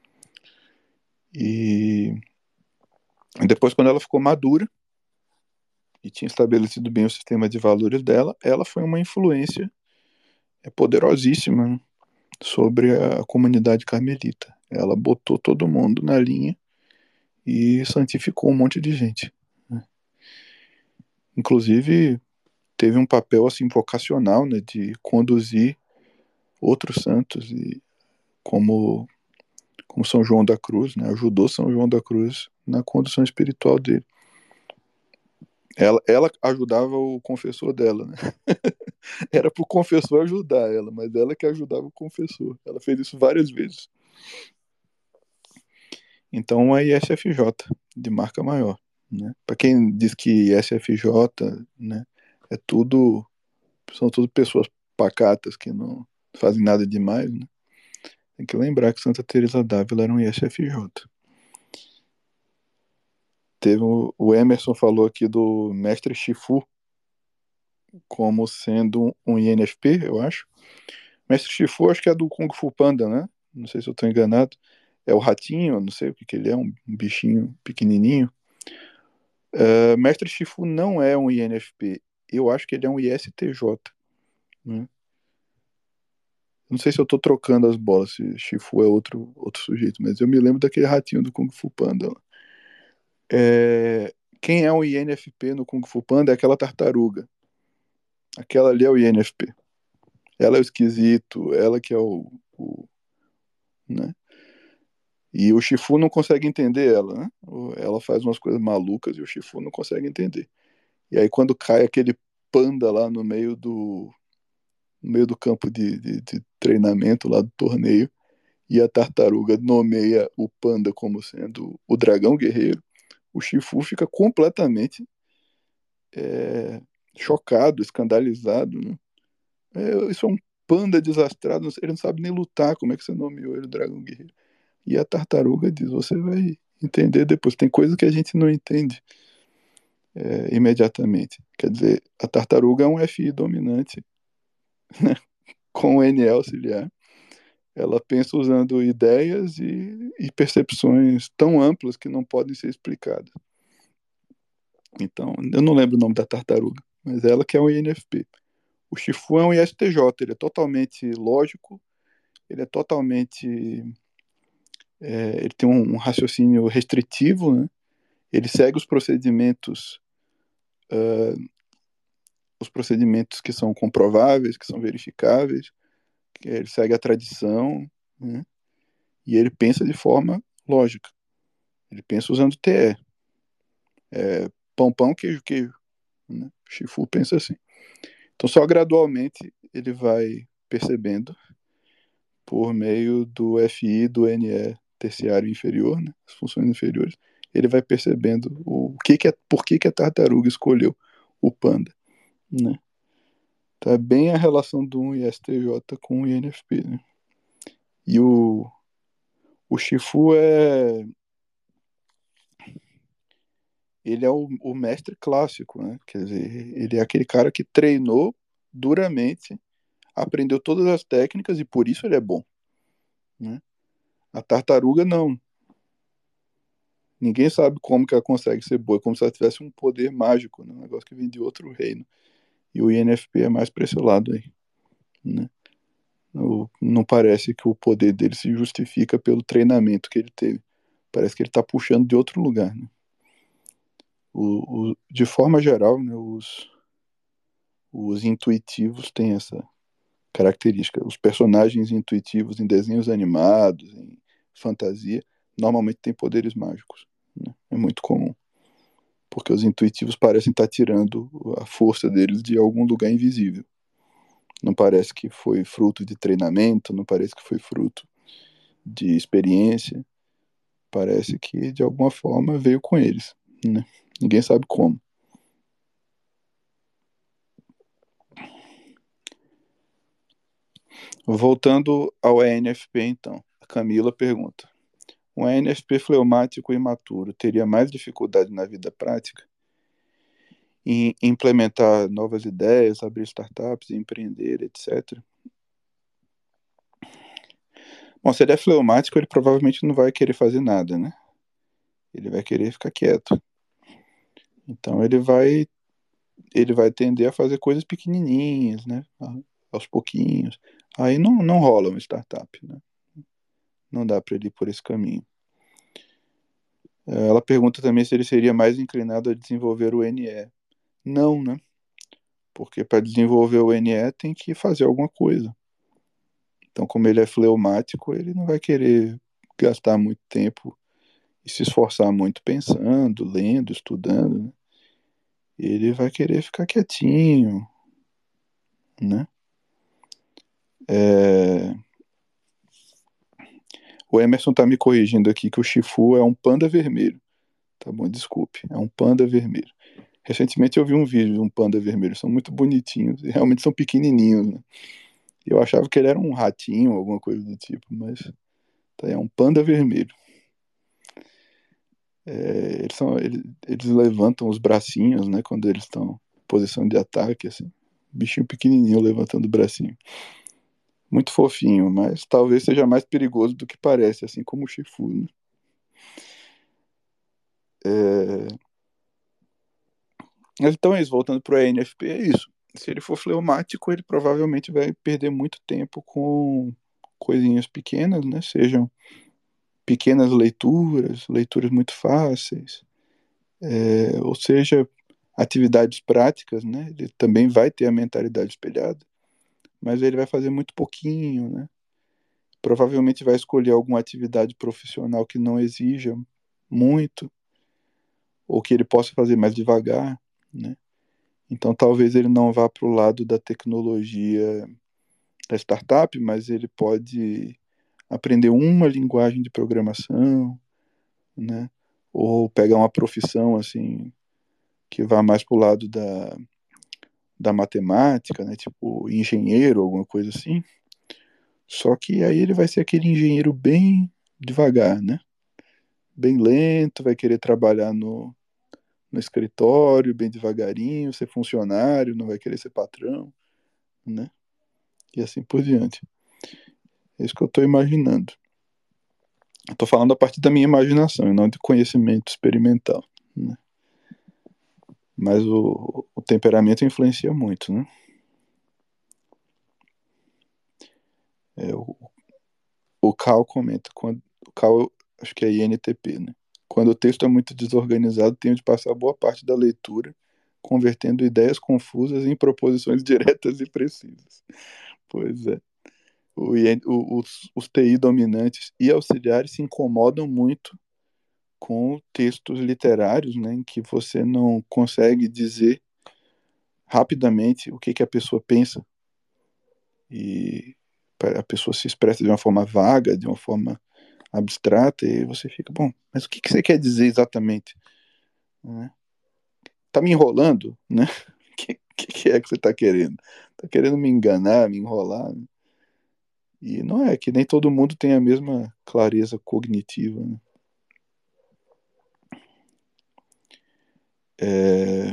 E depois, quando ela ficou madura e tinha estabelecido bem o sistema de valores dela, ela foi uma influência poderosíssima, né, sobre a comunidade carmelita. Ela botou todo mundo na linha e santificou um monte de gente, né? Inclusive, teve um papel assim vocacional, né, de conduzir outros santos, e como, como São João da Cruz, né, ajudou São João da Cruz na condução espiritual dele. Ela, ela ajudava o confessor dela, né? Era pro confessor ajudar ela, mas ela que ajudava o confessor. Ela fez isso várias vezes. Então a I S F J, de marca maior. Né? Para quem diz que I S F J, né, é tudo, são tudo pessoas pacatas que não fazem nada demais, né? Tem que lembrar que Santa Teresa d'Ávila era um I S F J. Teve o, o Emerson falou aqui do mestre Shifu como sendo um I N F P, eu acho. Mestre Shifu acho que é do Kung Fu Panda, né? Não sei se eu estou enganado. É o ratinho, não sei o que, que ele é, um bichinho pequenininho. Uh, Mestre Shifu não é um I N F P. Eu acho que ele é um I S T J. Né? Não sei se eu estou trocando as bolas, se Shifu é outro, outro sujeito, mas eu me lembro daquele ratinho do Kung Fu Panda. É... Quem é um I N F P no Kung Fu Panda é aquela tartaruga. Aquela ali é o I N F P. Ela é o esquisito, ela que é o. o né? E o Shifu não consegue entender ela, né? Ela faz umas coisas malucas e o Shifu não consegue entender. E aí quando cai aquele panda lá no meio do no meio do campo de, de, de treinamento lá do torneio e a tartaruga nomeia o panda como sendo o dragão guerreiro, o Shifu fica completamente é, chocado, escandalizado, né? É, isso é um panda desastrado, ele não sabe nem lutar, como é que você nomeou ele o dragão guerreiro? E a tartaruga diz, você vai entender depois. Tem coisa que a gente não entende é, imediatamente. Quer dizer, a tartaruga é um F I dominante, né? Com o N E auxiliar. Ela pensa usando ideias e, e percepções tão amplas que não podem ser explicadas. Então, eu não lembro o nome da tartaruga, mas ela que é um I N F P. O Shifu é um I S T J, ele é totalmente lógico, ele é totalmente... É, ele tem um, um raciocínio restritivo, né? Ele segue os procedimentos uh, os procedimentos que são comprováveis, que são verificáveis, que ele segue a tradição, né? E ele pensa de forma lógica. Ele pensa usando T E. É, pão, pão, queijo, queijo. Né? O Shifu pensa assim. Então, só gradualmente ele vai percebendo, por meio do F I, do N E terciário inferior, né? As funções inferiores, ele vai percebendo o que que é, por que, que a tartaruga escolheu o panda. Né? Então, é bem a relação do I S T J com o I N F P. Né? E o, o Shifu é ele é o, o mestre clássico, né? Quer dizer, ele é aquele cara que treinou duramente, aprendeu todas as técnicas e por isso ele é bom. Né? A tartaruga não. Ninguém sabe como que ela consegue ser boa, é como se ela tivesse um poder mágico, né? Um negócio que vem de outro reino. E o I N F P é mais para esse lado aí. Né? O, não parece que o poder dele se justifica pelo treinamento que ele teve. Parece que ele está puxando de outro lugar. Né? O, o, de forma geral, né, os, os intuitivos têm essa característica. Os personagens intuitivos em desenhos animados, em fantasia, normalmente têm poderes mágicos. Né? É muito comum. Porque os intuitivos parecem estar tirando a força deles de algum lugar invisível. Não parece que foi fruto de treinamento, não parece que foi fruto de experiência. Parece que, de alguma forma, veio com eles. Né? Ninguém sabe como. Voltando ao E N F P, então. A Camila pergunta. Um E N F P fleumático e imaturo teria mais dificuldade na vida prática em implementar novas ideias, abrir startups, empreender, etcétera? Bom, se ele é fleumático, ele provavelmente não vai querer fazer nada, né? Ele vai querer ficar quieto. Então ele vai ele vai tender a fazer coisas pequenininhas, né? Aos pouquinhos. Aí não, não rola uma startup, né? Não dá para ele ir por esse caminho. Ela pergunta também se ele seria mais inclinado a desenvolver o N E. Não, né? Porque para desenvolver o N E tem que fazer alguma coisa. Então, como ele é fleumático, ele não vai querer gastar muito tempo e se esforçar muito pensando, lendo, estudando. Né? ele vai querer ficar quietinho, né? É... O Emerson tá me corrigindo aqui que o Shifu é um panda vermelho. Tá bom, desculpe. É um panda vermelho. Recentemente eu vi um vídeo de um panda vermelho. São muito bonitinhos e realmente são pequenininhos, né? Eu achava que ele era um ratinho, alguma coisa do tipo, mas tá, é um panda vermelho. É, eles, são, eles, eles levantam os bracinhos, né, quando eles estão em posição de ataque, assim. Bichinho pequenininho levantando o bracinho. Muito fofinho, mas talvez seja mais perigoso do que parece, assim como o Shifu, né? É... Então é isso, voltando pro E N F P, é isso. Se ele for fleumático, ele provavelmente vai perder muito tempo com coisinhas pequenas, né? Sejam pequenas leituras, leituras muito fáceis, é, ou seja, atividades práticas, né? Ele também vai ter a mentalidade espelhada, mas ele vai fazer muito pouquinho, né? Provavelmente vai escolher alguma atividade profissional que não exija muito, ou que ele possa fazer mais devagar, né? Então talvez ele não vá para o lado da tecnologia da startup, mas ele pode aprender uma linguagem de programação, né? Ou pegar uma profissão assim que vá mais para o lado da, da matemática, né? Tipo engenheiro, alguma coisa assim. Só que aí ele vai ser aquele engenheiro bem devagar, né? Bem lento, vai querer trabalhar no, no escritório, bem devagarinho, ser funcionário, não vai querer ser patrão, né? E assim por diante. É isso que eu estou imaginando. Estou falando a partir da minha imaginação e não de conhecimento experimental, né? Mas o, o temperamento influencia muito, né? É, o, o Cal comenta, quando, o Cal, acho que é I N T P, né? Quando o texto é muito desorganizado, tenho de passar boa parte da leitura convertendo ideias confusas em proposições diretas e precisas. Pois é. O, o, os, os T I dominantes e auxiliares se incomodam muito com textos literários, né, em que você não consegue dizer rapidamente o que, que a pessoa pensa e a pessoa se expressa de uma forma vaga, de uma forma abstrata e você fica, bom, mas o que, que você quer dizer exatamente? Né? Tá me enrolando, né? O que, que é que você tá querendo? Tá querendo me enganar, me enrolar? Né? E não é que nem todo mundo tem a mesma clareza cognitiva, né? É...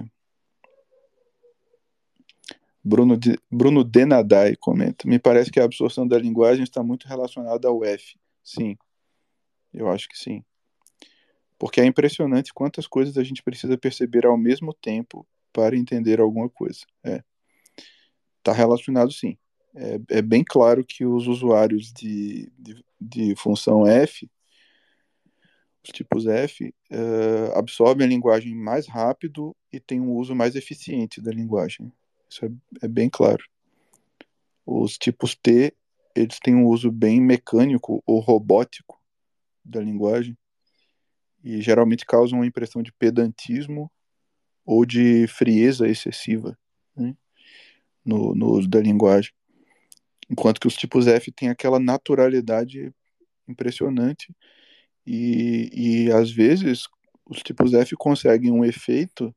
Bruno, de... Bruno Denadai comenta: me parece que a absorção da linguagem está muito relacionada ao F. Sim, eu acho que sim. Porque é impressionante quantas coisas a gente precisa perceber ao mesmo tempo para entender alguma coisa. É. Está relacionado sim. É, é, bem claro que os usuários de, de, de função F, os tipos F, uh, absorvem a linguagem mais rápido e têm um uso mais eficiente da linguagem. Isso é, é bem claro. Os tipos T, eles têm um uso bem mecânico ou robótico da linguagem e geralmente causam uma impressão de pedantismo ou de frieza excessiva, né, no, no uso da linguagem. Enquanto que os tipos F têm aquela naturalidade impressionante e, e às vezes os tipos F conseguem um efeito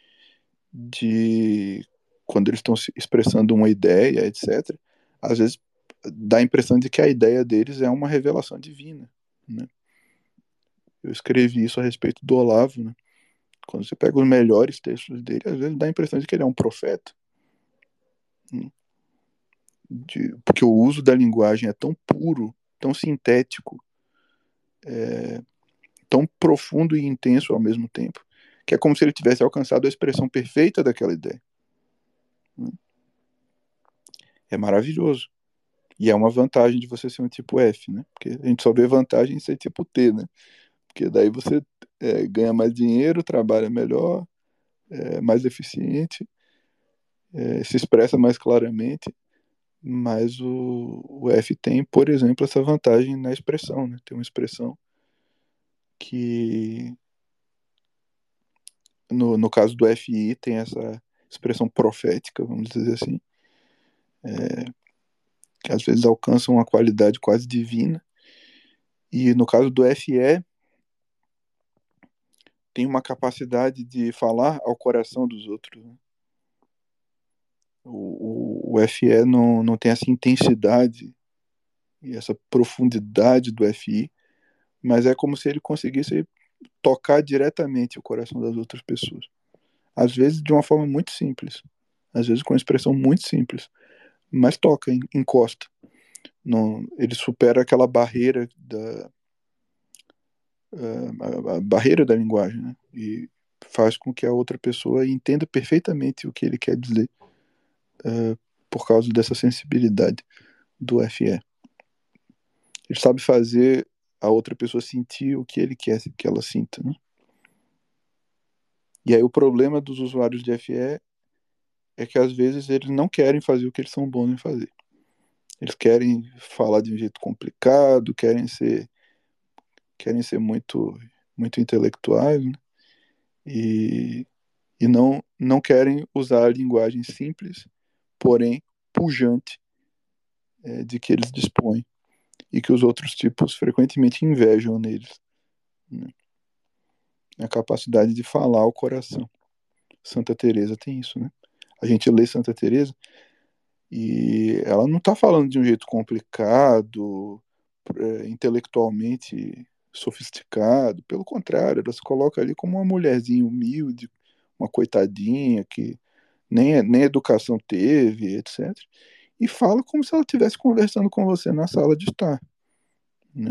de quando eles estão se expressando uma ideia, etcétera. Às vezes dá a impressão de que a ideia deles é uma revelação divina, né? Eu escrevi isso a respeito do Olavo, né? Quando você pega os melhores textos dele, às vezes dá a impressão de que ele é um profeta, né? De, porque o uso da linguagem é tão puro, tão sintético, é, tão profundo e intenso ao mesmo tempo, que é como se ele tivesse alcançado a expressão perfeita daquela ideia. É maravilhoso. E é uma vantagem de você ser um tipo F, né? Porque a gente só vê vantagem em ser tipo T, né? Porque daí você é, ganha mais dinheiro, trabalha melhor, é mais eficiente, é, se expressa mais claramente. Mas o, o F tem, por exemplo, essa vantagem na expressão, né? Tem uma expressão que no, no caso do F I, tem essa expressão profética, vamos dizer assim, é, que às vezes alcança uma qualidade quase divina. E no caso do F E, tem uma capacidade de falar ao coração dos outros. Né? O, o, o F E não, não tem essa intensidade e essa profundidade do F I, mas é como se ele conseguisse tocar diretamente o coração das outras pessoas. Às vezes de uma forma muito simples, às vezes com uma expressão muito simples, mas toca, encosta. Não, ele supera aquela barreira da a, a barreira da linguagem, né? E faz com que a outra pessoa entenda perfeitamente o que ele quer dizer uh, por causa dessa sensibilidade do F E. Ele sabe fazer a outra pessoa sentir o que ele quer que ela sinta, né? E aí o problema dos usuários de F E é que às vezes eles não querem fazer o que eles são bons em fazer. Eles querem falar de um jeito complicado, querem ser querem ser muito muito intelectuais, né? E, e não não querem usar a linguagem simples, porém pujante, é, de que eles dispõem e que os outros tipos frequentemente invejam neles, né? A capacidade de falar ao coração. Santa Teresa tem isso, né? A gente lê Santa Teresa e ela não está falando de um jeito complicado, é, intelectualmente sofisticado. Pelo contrário, ela se coloca ali como uma mulherzinha humilde, uma coitadinha que nem, nem educação teve, etcétera. E fala como se ela estivesse conversando com você na sala de estar, né?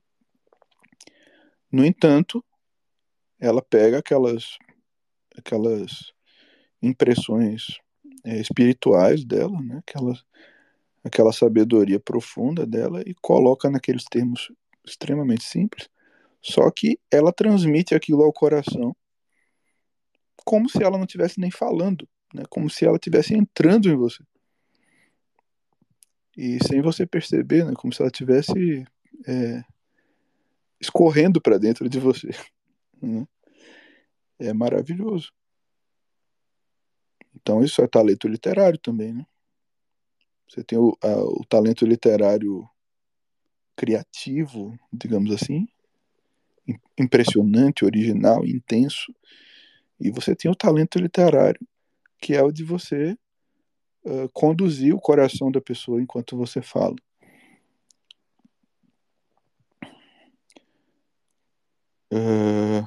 No entanto, ela pega aquelas, aquelas impressões é, espirituais dela, né? Aquelas, aquela sabedoria profunda dela e coloca naqueles termos extremamente simples, só que ela transmite aquilo ao coração como se ela não estivesse nem falando, né? Como se ela estivesse entrando em você. E sem você perceber, né? Como se ela estivesse é, escorrendo para dentro de você. Né? É maravilhoso. Então isso é talento literário também, né? Você tem o, a, o talento literário criativo, digamos assim, impressionante, original, intenso. E você tem o talento literário, que é o de você uh, conduzir o coração da pessoa enquanto você fala. Uh,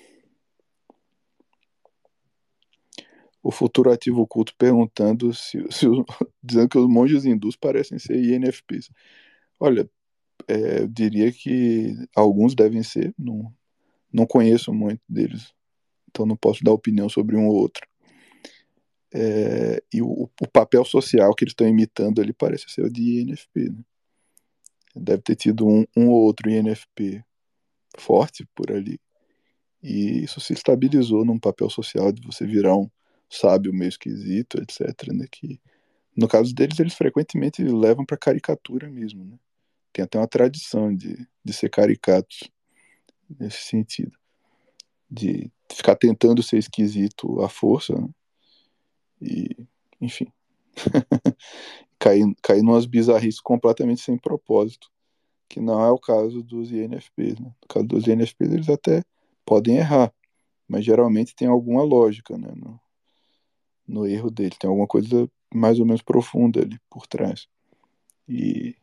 o futuro ativo oculto perguntando se, se os, dizendo que os monges hindus parecem ser I N F Ps. Olha, é, eu diria que alguns devem ser, não, não conheço muito deles, então não posso dar opinião sobre um ou outro. É, e o, o papel social que eles estão imitando ali parece ser o de I N F P, né? Deve ter tido um, um ou outro I N F P forte por ali. E isso se estabilizou num papel social de você virar um sábio meio esquisito, etcétera. Né? Que, no caso deles, eles frequentemente levam para caricatura mesmo. Né? Tem até uma tradição de, de ser caricatos nesse sentido. De ficar tentando ser esquisito à força. Né? E, enfim. cair, cair numas bizarrices completamente sem propósito. Que não é o caso dos I N F Ps. Né? No caso dos I N F Ps, eles até podem errar, mas geralmente tem alguma lógica, né, no, no erro dele. Tem alguma coisa mais ou menos profunda ali por trás. E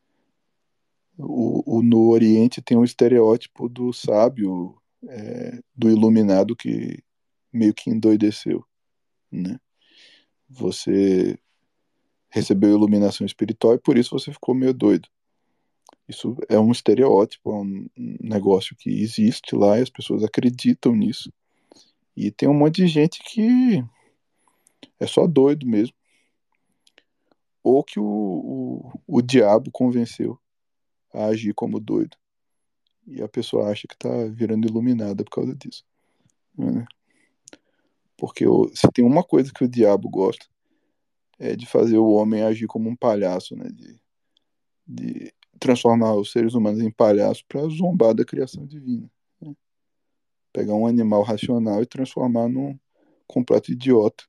o, o no Oriente tem um estereótipo do sábio, é, do iluminado que meio que endoideceu, né? Você recebeu iluminação espiritual e por isso você ficou meio doido. Isso é um estereótipo, é um negócio que existe lá e as pessoas acreditam nisso. E tem um monte de gente que é só doido mesmo. Ou que o, o, o diabo convenceu a agir como doido. E a pessoa acha que tá virando iluminada por causa disso. Né? Porque o, se tem uma coisa que o diabo gosta, é de fazer o homem agir como um palhaço, né? De, de transformar os seres humanos em palhaços para zombar da criação divina. Né? Pegar um animal racional e transformar num completo idiota.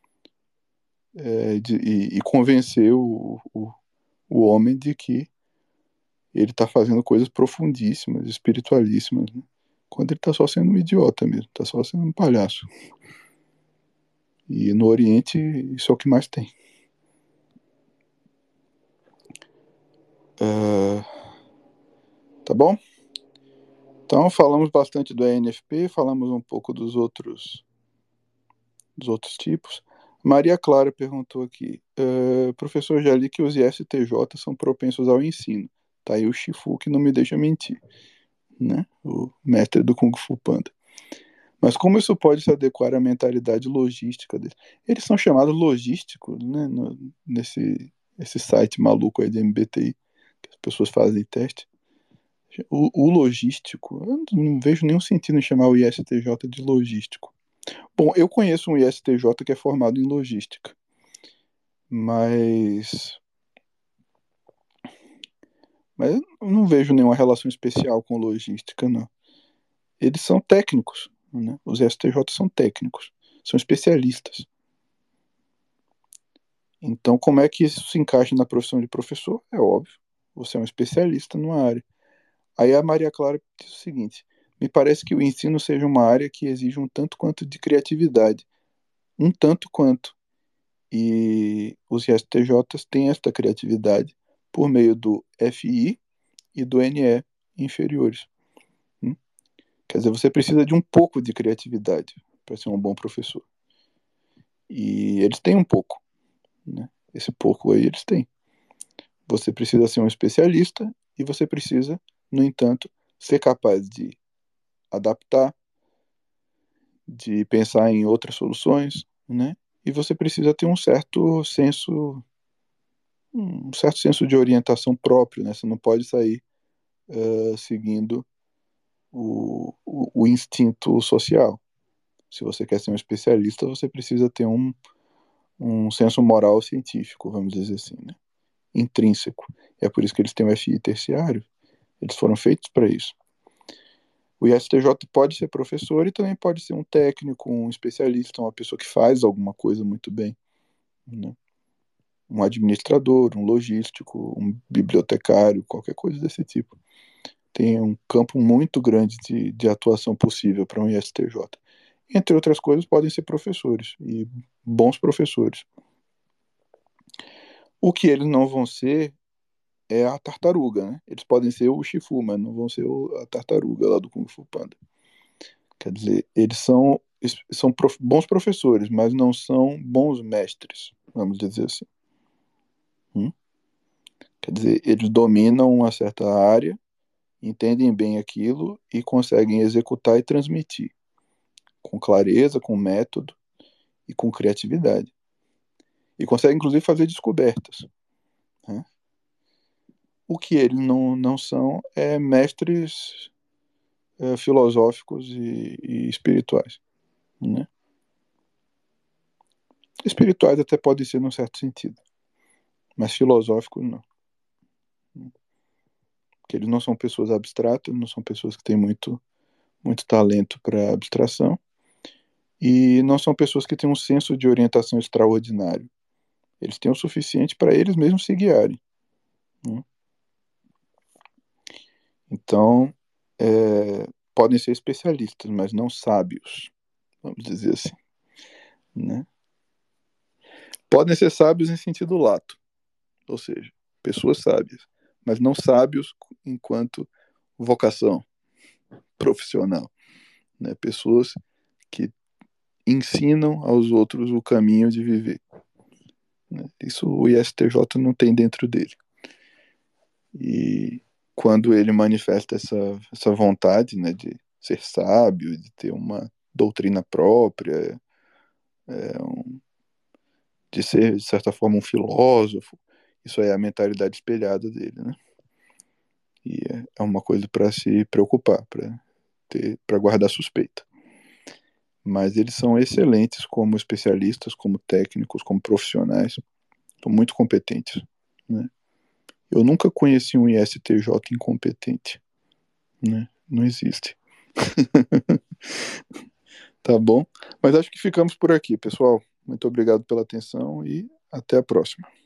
É, de, e, e convencer o, o, o homem de que ele está fazendo coisas profundíssimas, espiritualíssimas, né? Quando ele está só sendo um idiota mesmo, está só sendo um palhaço. E no Oriente isso é o que mais tem. Uh, tá bom? Então falamos bastante do E N F P, falamos um pouco dos outros dos outros tipos. Maria Clara perguntou aqui, uh, professor, já li que os I S T J são propensos ao ensino. Tá aí o Shifu que não me deixa mentir, né? O mestre do Kung Fu Panda. Mas como isso pode se adequar à mentalidade logística deles? Eles são chamados logísticos, né? No, nesse esse site maluco aí de M B T I, que as pessoas fazem teste. O, o logístico, eu não vejo nenhum sentido em chamar o I S T J de logístico. Bom, eu conheço um I S T J que é formado em logística, mas mas eu não vejo nenhuma relação especial com logística, não. Eles são técnicos, né? Os S T J são técnicos, são especialistas. Então, como é que isso se encaixa na profissão de professor? É óbvio, você é um especialista numa área. Aí a Maria Clara diz o seguinte, me parece que o ensino seja uma área que exige um tanto quanto de criatividade, um tanto quanto. E os S T Js têm esta criatividade por meio do F I e do N E inferiores. Hum? Quer dizer, você precisa de um pouco de criatividade para ser um bom professor. E eles têm um pouco, né? Esse pouco aí eles têm. Você precisa ser um especialista e você precisa, no entanto, ser capaz de adaptar, de pensar em outras soluções, né? E você precisa ter um certo senso, um certo senso de orientação próprio, né? Você não pode sair uh, seguindo o, o, o instinto social. Se você quer ser um especialista, você precisa ter um, um senso moral científico, vamos dizer assim, né? Intrínseco. E é por isso que eles têm o F I terciário. Eles foram feitos para isso. O I S T J pode ser professor e também pode ser um técnico, um especialista, uma pessoa que faz alguma coisa muito bem, né? Um administrador, um logístico, um bibliotecário, qualquer coisa desse tipo. Tem um campo muito grande de, de atuação possível para um I S T J. Entre outras coisas, podem ser professores, e bons professores. O que eles não vão ser é a tartaruga, né? Eles podem ser o Shifu, mas não vão ser a tartaruga lá do Kung Fu Panda. Quer dizer, eles são, são prof, bons professores, mas não são bons mestres, vamos dizer assim. Hum? Quer dizer, eles dominam uma certa área, entendem bem aquilo e conseguem executar e transmitir com clareza, com método e com criatividade. E conseguem, inclusive, fazer descobertas. Né? O que eles não, não são é mestres é, filosóficos e, e espirituais. Né? Espirituais até podem ser num certo sentido, mas filosóficos não. Porque eles não são pessoas abstratas, não são pessoas que têm muito, muito talento para abstração, e não são pessoas que têm um senso de orientação extraordinário. Eles têm o suficiente para eles mesmos se guiarem. Né? Então, é, podem ser especialistas, mas não sábios, vamos dizer assim. Né? Podem ser sábios em sentido lato, ou seja, pessoas sábias, mas não sábios enquanto vocação profissional. Né? Pessoas que ensinam aos outros o caminho de viver. Né? Isso o I S T J não tem dentro dele. E quando ele manifesta essa, essa vontade, né, de ser sábio, de ter uma doutrina própria, é, um, de ser, de certa forma, um filósofo, isso aí é a mentalidade espelhada dele. Né? E é, é uma coisa para se preocupar, para guardar suspeita. Mas eles são excelentes como especialistas, como técnicos, como profissionais, são muito competentes. Né? Eu nunca conheci um I S T J incompetente. Né? Não existe. Tá bom? Mas acho que ficamos por aqui, pessoal. Muito obrigado pela atenção e até a próxima.